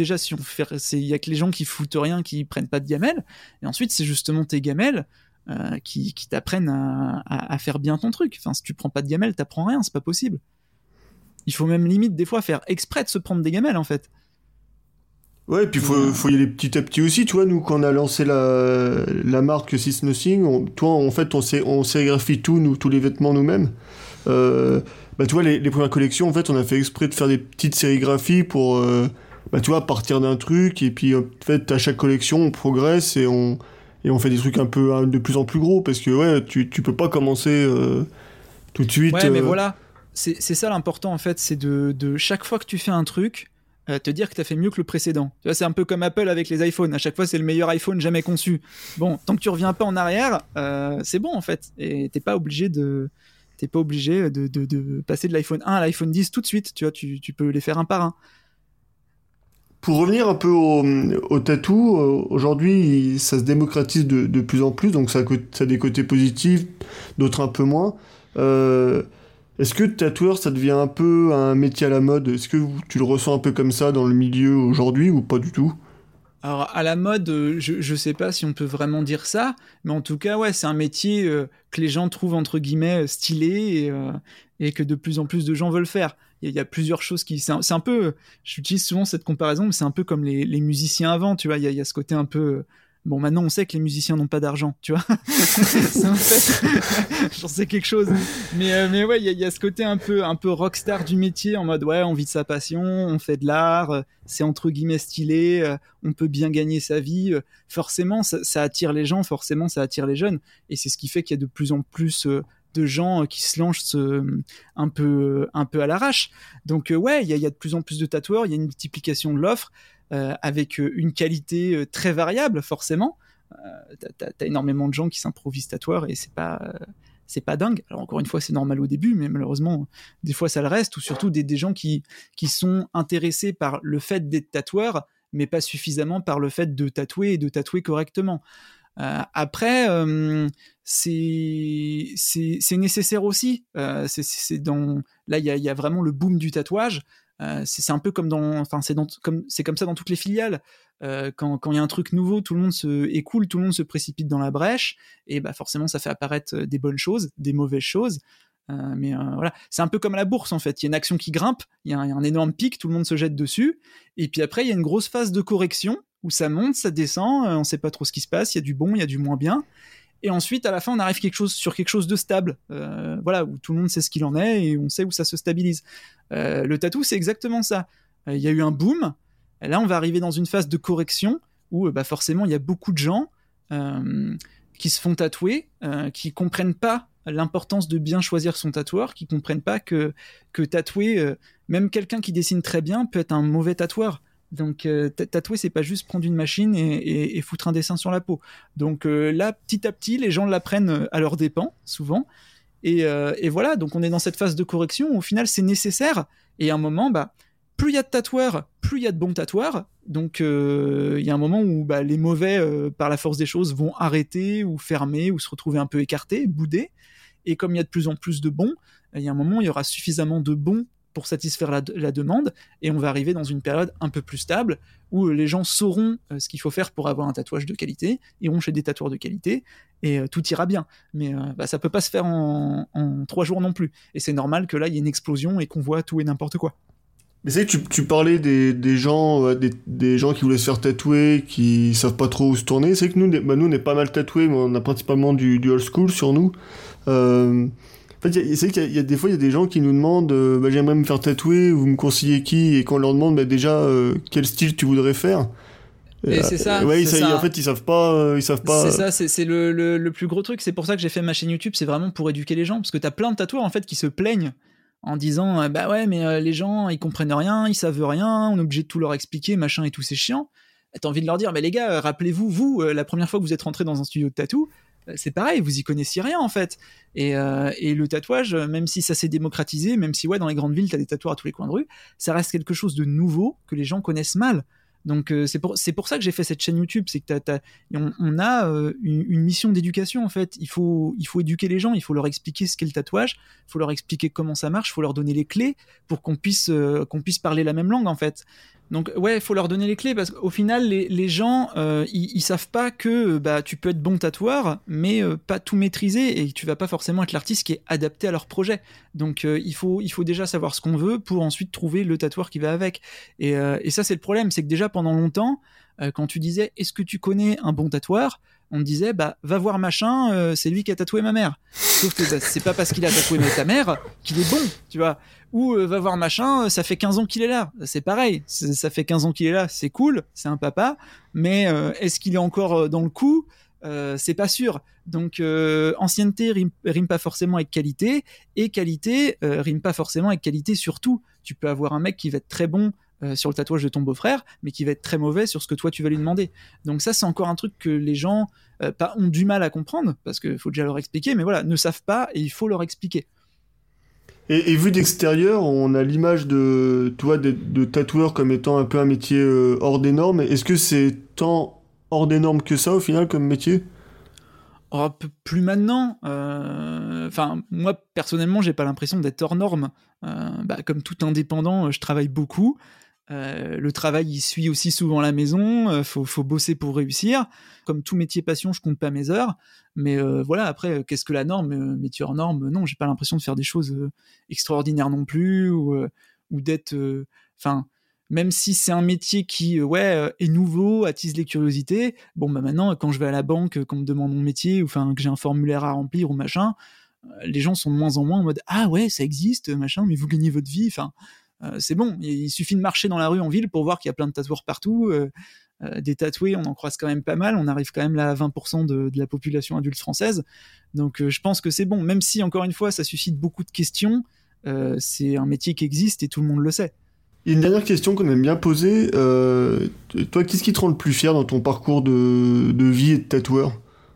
il y a que les gens qui foutent rien, qui prennent pas de gamelles, et ensuite, c'est justement tes gamelles qui t'apprennent à faire bien ton truc. Enfin, si tu prends pas de gamelles, t'apprends rien, c'est pas possible. Il faut même limite, des fois, faire exprès de se prendre des gamelles, en fait. Ouais, et puis faut y aller petit à petit aussi, tu vois, nous quand on a lancé la marque Six Nothing, en fait on sérigraphie tous les vêtements nous-mêmes. Bah tu vois les premières collections en fait on a fait exprès de faire des petites sérigraphies pour bah tu vois partir d'un truc et puis en fait à chaque collection on progresse et on fait des trucs un peu de plus en plus gros parce que ouais tu peux pas commencer tout de suite. Ouais, mais voilà, c'est ça l'important en fait, c'est de chaque fois que tu fais un truc, te dire que tu as fait mieux que le précédent. Tu vois, c'est un peu comme Apple avec les iPhones. À chaque fois, c'est le meilleur iPhone jamais conçu. Bon, tant que tu reviens pas en arrière, c'est bon en fait. Et t'es pas obligé de passer de l'iPhone 1 à l'iPhone 10 tout de suite. Tu vois, tu peux les faire un par un. Pour revenir un peu au tatou, aujourd'hui ça se démocratise de plus en plus, donc ça a des côtés positifs, d'autres un peu moins. Est-ce que tatoueur ça devient un peu un métier à la mode? Est-ce que tu le ressens un peu comme ça dans le milieu aujourd'hui ou pas du tout? Alors, à la mode, je sais pas si on peut vraiment dire ça, mais en tout cas, ouais, c'est un métier que les gens trouvent, entre guillemets, stylé et que de plus en plus de gens veulent faire. Il y a plusieurs choses c'est un peu... J'utilise souvent cette comparaison, mais c'est un peu comme les musiciens avant, tu vois. Il y a ce côté un peu... Bon, maintenant, on sait que les musiciens n'ont pas d'argent, tu vois. C'est en fait... J'en sais quelque chose. Mais ouais, il y a ce côté un peu rockstar du métier, en mode, ouais, on vit de sa passion, on fait de l'art, c'est entre guillemets stylé, on peut bien gagner sa vie. Forcément, ça attire les gens, forcément, ça attire les jeunes. Et c'est ce qui fait qu'il y a de plus en plus de gens qui se lancent un peu à l'arrache. Donc, ouais, il y a de plus en plus de tatoueurs, il y a une multiplication de l'offre. Avec une qualité très variable forcément. T'as énormément de gens qui s'improvisent tatoueurs et c'est pas dingue. Alors encore une fois c'est normal au début, mais malheureusement des fois ça le reste, ou surtout des gens qui sont intéressés par le fait d'être tatoueur mais pas suffisamment par le fait de tatouer et de tatouer correctement. Après c'est nécessaire aussi. Là il y a vraiment le boom du tatouage. C'est un peu comme c'est comme ça dans toutes les filiales. Quand il y a un truc nouveau, tout le monde tout le monde se précipite dans la brèche, et bah forcément ça fait apparaître des bonnes choses, des mauvaises choses. Mais voilà, c'est un peu comme à la bourse en fait. Il y a une action qui grimpe, il y a un énorme pic, tout le monde se jette dessus, et puis après il y a une grosse phase de correction où ça monte, ça descend, on sait pas trop ce qui se passe, il y a du bon, il y a du moins bien. Et ensuite, à la fin, on arrive sur quelque chose de stable, voilà, où tout le monde sait ce qu'il en est et on sait où ça se stabilise. Le tatou, c'est exactement ça. Il y a eu un boom. Là, on va arriver dans une phase de correction où, forcément, il y a beaucoup de gens qui se font tatouer, qui comprennent pas l'importance de bien choisir son tatoueur, qui comprennent pas que tatouer, même quelqu'un qui dessine très bien, peut être un mauvais tatoueur. Donc tatouer c'est pas juste prendre une machine et foutre un dessin sur la peau. Donc là petit à petit les gens l'apprennent à leurs dépens souvent et voilà, donc on est dans cette phase de correction où, au final c'est nécessaire, et à un moment plus il y a de tatoueurs, plus il y a de bons tatoueurs. Donc, il y a un moment où les mauvais, par la force des choses, vont arrêter ou fermer ou se retrouver un peu écartés, boudés. Et comme il y a de plus en plus de bons, il y a un moment où il y aura suffisamment de bons pour satisfaire la demande, et on va arriver dans une période un peu plus stable où les gens sauront ce qu'il faut faire pour avoir un tatouage de qualité, iront chez des tatoueurs de qualité, et tout ira bien. Mais ça peut pas se faire en 3 jours non plus. Et c'est normal que là, il y ait une explosion et qu'on voit tout et n'importe quoi. Mais c'est que tu parlais des gens, des gens qui voulaient se faire tatouer, qui savent pas trop où se tourner. C'est que nous, nous on est pas mal tatoués, mais on a principalement du old school sur nous. En fait, c'est qu'il y a des fois, il y a des gens qui nous demandent j'aimerais me faire tatouer, vous me conseillez qui? Et quand on leur demande déjà quel style tu voudrais faire. Et c'est ça. Ouais, c'est ça. En fait, ils savent pas. C'est ça, c'est le plus gros truc. C'est pour ça que j'ai fait ma chaîne YouTube. C'est vraiment pour éduquer les gens, parce que t'as plein de tatoueurs en fait qui se plaignent en disant mais les gens ils comprennent rien, ils savent rien, on est obligé de tout leur expliquer, machin et tout, c'est chiant. T'as envie de leur dire mais les gars, rappelez-vous la première fois que vous êtes rentrés dans un studio de tatou, c'est pareil, vous y connaissiez rien en fait. Et le tatouage, même si ça s'est démocratisé, même si dans les grandes villes t'as des tatoueurs à tous les coins de rue, ça reste quelque chose de nouveau que les gens connaissent mal. Donc c'est pour ça que j'ai fait cette chaîne YouTube, c'est que on a une mission d'éducation en fait. Il faut éduquer les gens, il faut leur expliquer ce qu'est le tatouage, il faut leur expliquer comment ça marche, il faut leur donner les clés pour qu'on puisse parler la même langue en fait. Donc il faut leur donner les clés, parce qu'au final les gens ils savent pas que tu peux être bon tatoueur mais pas tout maîtriser, et tu vas pas forcément être l'artiste qui est adapté à leur projet. Donc il faut déjà savoir ce qu'on veut pour ensuite trouver le tatoueur qui va avec. Et ça c'est le problème, c'est que déjà pendant longtemps quand tu disais est-ce que tu connais un bon tatoueur, on te disait va voir machin, c'est lui qui a tatoué ma mère. Sauf que c'est pas parce qu'il a tatoué ta mère qu'il est bon, tu vois. Ou va voir machin, ça fait 15 ans qu'il est là. C'est pareil, ça fait 15 ans qu'il est là, c'est cool, c'est un papa, mais est-ce qu'il est encore dans le coup? C'est pas sûr. Donc ancienneté rime pas forcément avec qualité, et qualité rime pas forcément avec qualité surtout. Tu peux avoir un mec qui va être très bon sur le tatouage de ton beau-frère, mais qui va être très mauvais sur ce que toi tu vas lui demander. Donc ça c'est encore un truc que les gens ont du mal à comprendre, parce qu'il faut déjà leur expliquer, mais ne savent pas, et il faut leur expliquer. Et vu d'extérieur, on a l'image de tatoueur comme étant un peu un métier hors des normes. Est-ce que c'est tant hors des normes que ça au final comme métier? Plus maintenant. Moi personnellement, j'ai pas l'impression d'être hors norme. Comme tout indépendant, je travaille beaucoup. Le travail, il suit aussi souvent la maison. Faut bosser pour réussir. Comme tout métier passion, je compte pas mes heures. Mais après, qu'est-ce que la norme? Métier hors norme, non, j'ai pas l'impression de faire des choses extraordinaires non plus, ou d'être... même si c'est un métier qui est nouveau, attise les curiosités, maintenant, quand je vais à la banque, qu'on me demande mon métier, ou que j'ai un formulaire à remplir ou machin, les gens sont de moins en moins en mode « Ah ouais, ça existe, machin, mais vous gagnez votre vie », c'est bon, il suffit de marcher dans la rue en ville pour voir qu'il y a plein de tatoueurs partout. Des tatoués, on en croise quand même pas mal, on arrive quand même là à 20% de la population adulte française, donc je pense que c'est bon, même si encore une fois ça suscite beaucoup de questions, c'est un métier qui existe et tout le monde le sait. Il y a une dernière question qu'on aime bien poser, toi qu'est-ce qui te rend le plus fier dans ton parcours de vie et de tatoueur?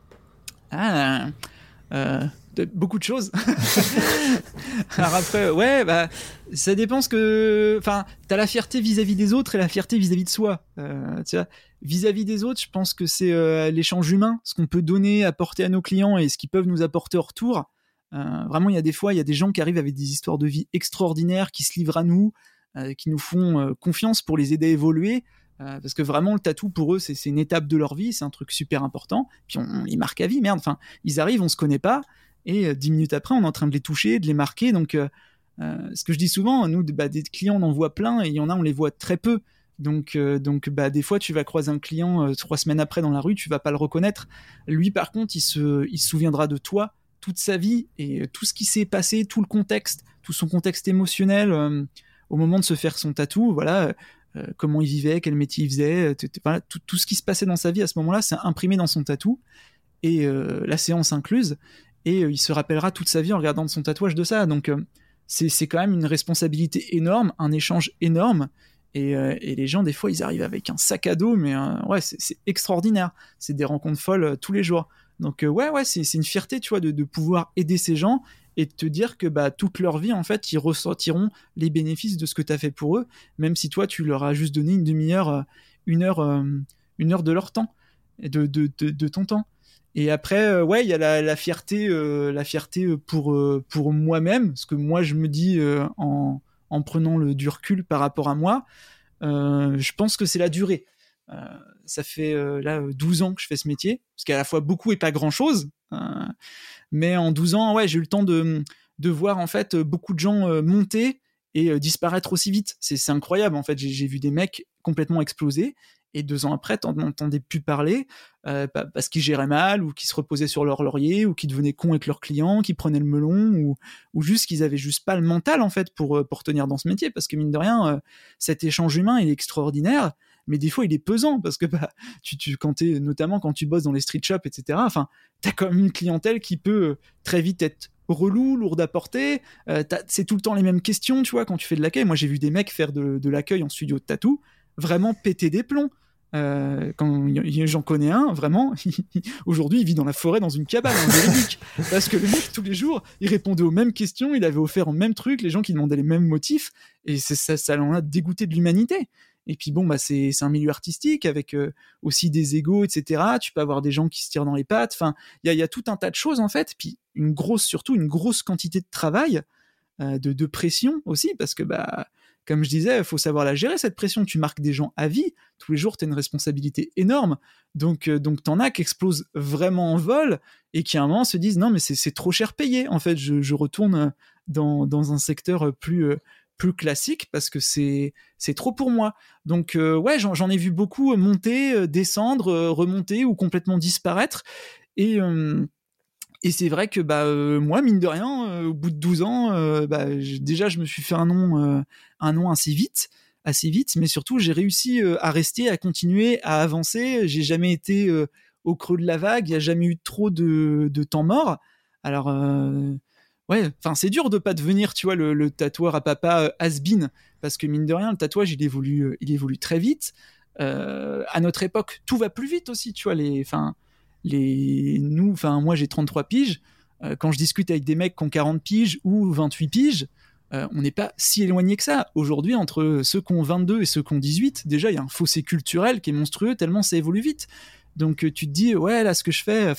Beaucoup de choses. Alors après, ça dépend t'as la fierté vis-à-vis des autres et la fierté vis-à-vis de soi. Tu vois, vis-à-vis des autres, je pense que c'est l'échange humain, ce qu'on peut donner, apporter à nos clients et ce qu'ils peuvent nous apporter en retour. Vraiment, il y a des gens qui arrivent avec des histoires de vie extraordinaires, qui se livrent à nous, qui nous font confiance pour les aider à évoluer. Parce que vraiment le tatou pour eux c'est une étape de leur vie, c'est un truc super important, puis on les marque à vie, ils arrivent, on se connaît pas, et 10 minutes après on est en train de les toucher, de les marquer. Donc ce que je dis souvent, nous des clients on en voit plein, et il y en a on les voit très peu, donc des fois tu vas croiser un client 3 semaines après dans la rue, tu vas pas le reconnaître. Lui par contre il se souviendra de toi toute sa vie, et tout ce qui s'est passé, tout le contexte, tout son contexte émotionnel au moment de se faire son tatou, comment il vivait, quel métier il faisait, tout ce qui se passait dans sa vie à ce moment-là, c'est imprimé dans son tatou, et la séance incluse, et il se rappellera toute sa vie en regardant son tatouage de ça. Donc c'est quand même une responsabilité énorme, un échange énorme, et les gens des fois ils arrivent avec un sac à dos, mais c'est extraordinaire, c'est des rencontres folles tous les jours. Donc c'est une fierté, tu vois, de pouvoir aider ces gens et de te dire que toute leur vie, en fait, ils ressentiront les bénéfices de ce que tu as fait pour eux, même si toi, tu leur as juste donné une demi-heure, une heure de leur temps, de ton temps. Et après, il y a la fierté pour moi-même, ce que moi je me dis en prenant du recul par rapport à moi. Je pense que c'est la durée. Ça fait là 12 ans que je fais ce métier, ce qui est à la fois beaucoup et pas grand-chose. Mais en 12 ans, j'ai eu le temps de voir en fait beaucoup de gens monter et disparaître aussi vite. C'est incroyable en fait. J'ai vu des mecs complètement exploser. Et 2 ans après, t'en entendais plus parler parce qu'ils géraient mal, ou qu'ils se reposaient sur leur laurier, ou qu'ils devenaient cons avec leurs clients, qu'ils prenaient le melon, ou juste qu'ils avaient juste pas le mental en fait pour tenir dans ce métier. Parce que mine de rien, cet échange humain, il est extraordinaire, mais des fois il est pesant parce que notamment quand tu bosses dans les street shops, etc. Enfin, t'as quand même une clientèle qui peut très vite être relou, lourde à porter. C'est tout le temps les mêmes questions, tu vois, quand tu fais de l'accueil. Moi, j'ai vu des mecs faire de l'accueil en studio de tatou, vraiment péter des plombs. Quand j'en connais un, vraiment, aujourd'hui il vit dans la forêt dans une cabane en véridique, parce que le mec tous les jours il répondait aux mêmes questions, il avait offert au même truc, les gens qui demandaient les mêmes motifs, et ça l'en a dégoûté de l'humanité. Et puis c'est un milieu artistique avec aussi des égos, etc. Tu peux avoir des gens qui se tirent dans les pattes, enfin il y a tout un tas de choses en fait, puis surtout une grosse quantité de travail, de pression aussi, parce que comme je disais, il faut savoir la gérer, cette pression. Tu marques des gens à vie. Tous les jours, tu as une responsabilité énorme. Donc t'en as qui explosent vraiment en vol et qui, à un moment, se disent « Non, mais c'est trop cher payé. En fait, je retourne dans un secteur plus classique parce que c'est trop pour moi. » Donc, j'en ai vu beaucoup monter, descendre, remonter ou complètement disparaître. Et c'est vrai que moi, mine de rien, au bout de 12 ans, déjà je me suis fait un nom assez vite, mais surtout j'ai réussi à rester, à continuer, à avancer. J'ai jamais été au creux de la vague, il n'y a jamais eu trop de temps mort. Alors c'est dur de pas devenir, tu vois, le tatoueur à papa has-been, parce que mine de rien, le tatouage il évolue très vite. À notre époque, tout va plus vite aussi, tu vois, moi j'ai 33 piges, quand je discute avec des mecs qui ont 40 piges ou 28 piges, on n'est pas si éloigné que ça. Aujourd'hui, entre ceux qui ont 22 et ceux qui ont 18, déjà il y a un fossé culturel qui est monstrueux tellement ça évolue vite. Donc tu te dis, là ce que je fais,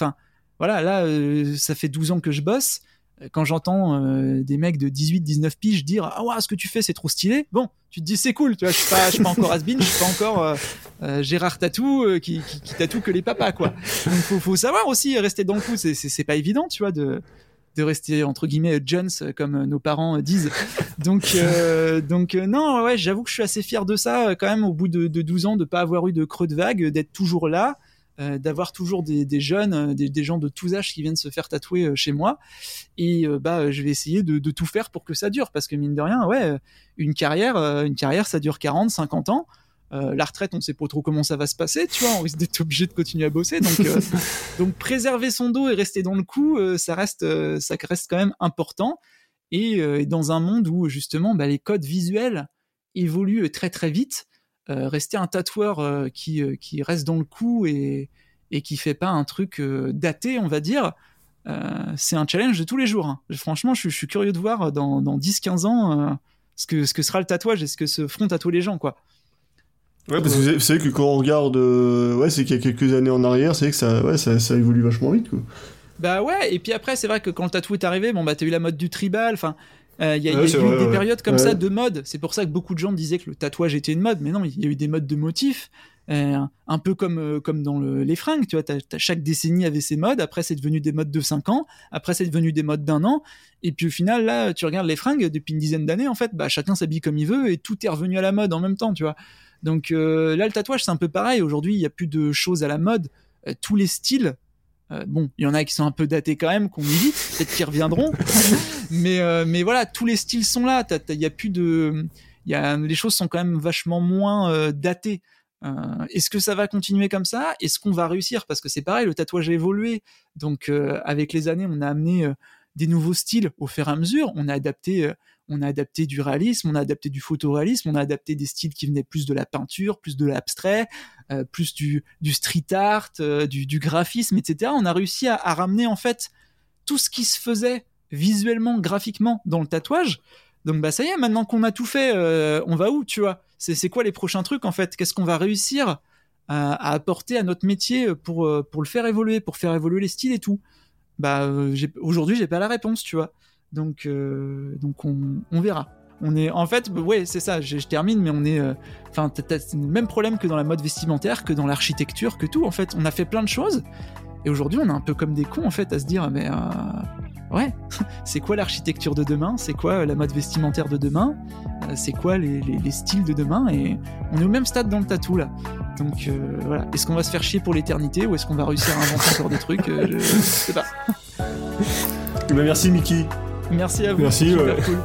ça fait 12 ans que je bosse. Quand j'entends des mecs de 18-19 piges dire « Ah ouais, ce que tu fais, c'est trop stylé », bon, tu te dis c'est cool, tu vois, je suis pas encore has-been, je suis pas encore Gérard Tatou qui tatoue que les papas, quoi. Donc faut savoir aussi rester dans le coup, c'est pas évident, tu vois, de rester entre guillemets Jones comme nos parents disent. Donc non, j'avoue que je suis assez fier de ça quand même, au bout de 12 ans, de pas avoir eu de creux de vague, d'être toujours là. D'avoir toujours des jeunes, des gens de tous âges qui viennent se faire tatouer chez moi, et je vais essayer de tout faire pour que ça dure, parce que mine de rien, une carrière ça dure 40-50 ans. La retraite, on sait pas trop comment ça va se passer, tu vois, on risque d'être obligé de continuer à bosser, donc préserver son dos et rester dans le coup, ça reste quand même important, et dans un monde où justement les codes visuels évoluent très très vite. Rester un tatoueur qui reste dans le coup et qui fait pas un truc daté, on va dire, c'est un challenge de tous les jours, hein. Franchement, je suis curieux de voir dans 10-15 ans ce que sera le tatouage et ce que se feront tatouer les gens, quoi. Ouais, parce que vous savez que quand on regarde, c'est qu'il y a quelques années en arrière, c'est que ça évolue vachement vite, quoi. Et puis après, c'est vrai que quand le tatou est arrivé, t'as eu la mode du tribal, enfin... Il y a eu des périodes comme ça de mode. C'est pour ça que beaucoup de gens disaient que le tatouage était une mode, mais non, il y a eu des modes de motifs, un peu comme dans les fringues, tu vois, chaque décennie avait ses modes. Après c'est devenu des modes de 5 ans, après c'est devenu des modes d'1 an, et puis au final là tu regardes les fringues depuis une dizaine d'années, en fait chacun s'habille comme il veut et tout est revenu à la mode en même temps, tu vois. Donc là le tatouage c'est un peu pareil. Aujourd'hui il y a plus de choses à la mode, tous les styles. Il y en a qui sont un peu datés quand même, qu'on évite, peut-être qu'ils reviendront. mais voilà, tous les styles sont là. Les choses sont quand même vachement moins datées. Est-ce que ça va continuer comme ça ? Est-ce qu'on va réussir ? Parce que c'est pareil, le tatouage a évolué. Donc avec les années, on a amené des nouveaux styles au fur et à mesure. On a adapté du réalisme, on a adapté du photoréalisme, on a adapté des styles qui venaient plus de la peinture, plus de l'abstrait, plus du street art, du graphisme, etc. On a réussi à ramener en fait tout ce qui se faisait visuellement, graphiquement dans le tatouage. Donc bah ça y est, maintenant qu'on a tout fait, on va où, tu vois ? C'est quoi les prochains trucs en fait ? Qu'est-ce qu'on va réussir à apporter à notre métier pour le faire évoluer, pour faire évoluer les styles et tout ? Bah aujourd'hui j'ai pas la réponse, tu vois. Donc on verra. On est en fait ouais, c'est ça, je termine, mais on est enfin t'as le même problème que dans la mode vestimentaire, que dans l'architecture, que tout en fait. On a fait plein de choses et aujourd'hui on est un peu comme des cons en fait à se dire mais ouais, c'est quoi l'architecture de demain ? C'est quoi la mode vestimentaire de demain ? C'est quoi les styles de demain ? Et on est au même stade dans le tatou là. Donc voilà, est-ce qu'on va se faire chier pour l'éternité ou est-ce qu'on va réussir à inventer encore des trucs ? Je sais pas. Merci Mickey. Merci à vous. Merci. Super cool.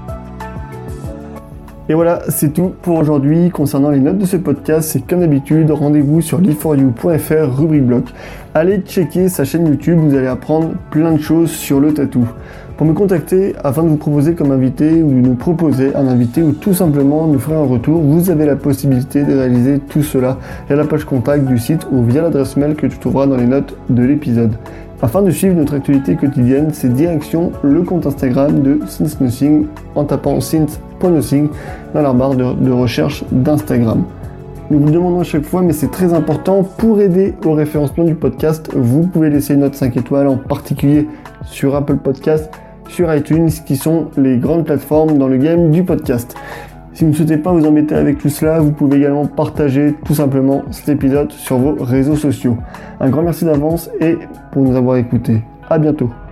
Et voilà, c'est tout pour aujourd'hui. Concernant les notes de ce podcast, c'est comme d'habitude, rendez-vous sur live4you.fr, rubrique blog. Allez checker sa chaîne YouTube, vous allez apprendre plein de choses sur le tatou. Pour me contacter, afin de vous proposer comme invité ou de nous proposer un invité ou tout simplement nous faire un retour, vous avez la possibilité de réaliser tout cela via la page contact du site ou via l'adresse mail que tu trouveras dans les notes de l'épisode. Afin de suivre notre actualité quotidienne, c'est direction le compte Instagram de Since Nothing en tapant since.nothing dans la barre de recherche d'Instagram. Nous vous le demandons à chaque fois, mais c'est très important pour aider au référencement du podcast. Vous pouvez laisser une note 5 étoiles, en particulier sur Apple Podcast, sur iTunes, qui sont les grandes plateformes dans le game du podcast. Si vous ne souhaitez pas vous embêter avec tout cela, vous pouvez également partager tout simplement cet épisode sur vos réseaux sociaux. Un grand merci d'avance et pour nous avoir écoutés. À bientôt.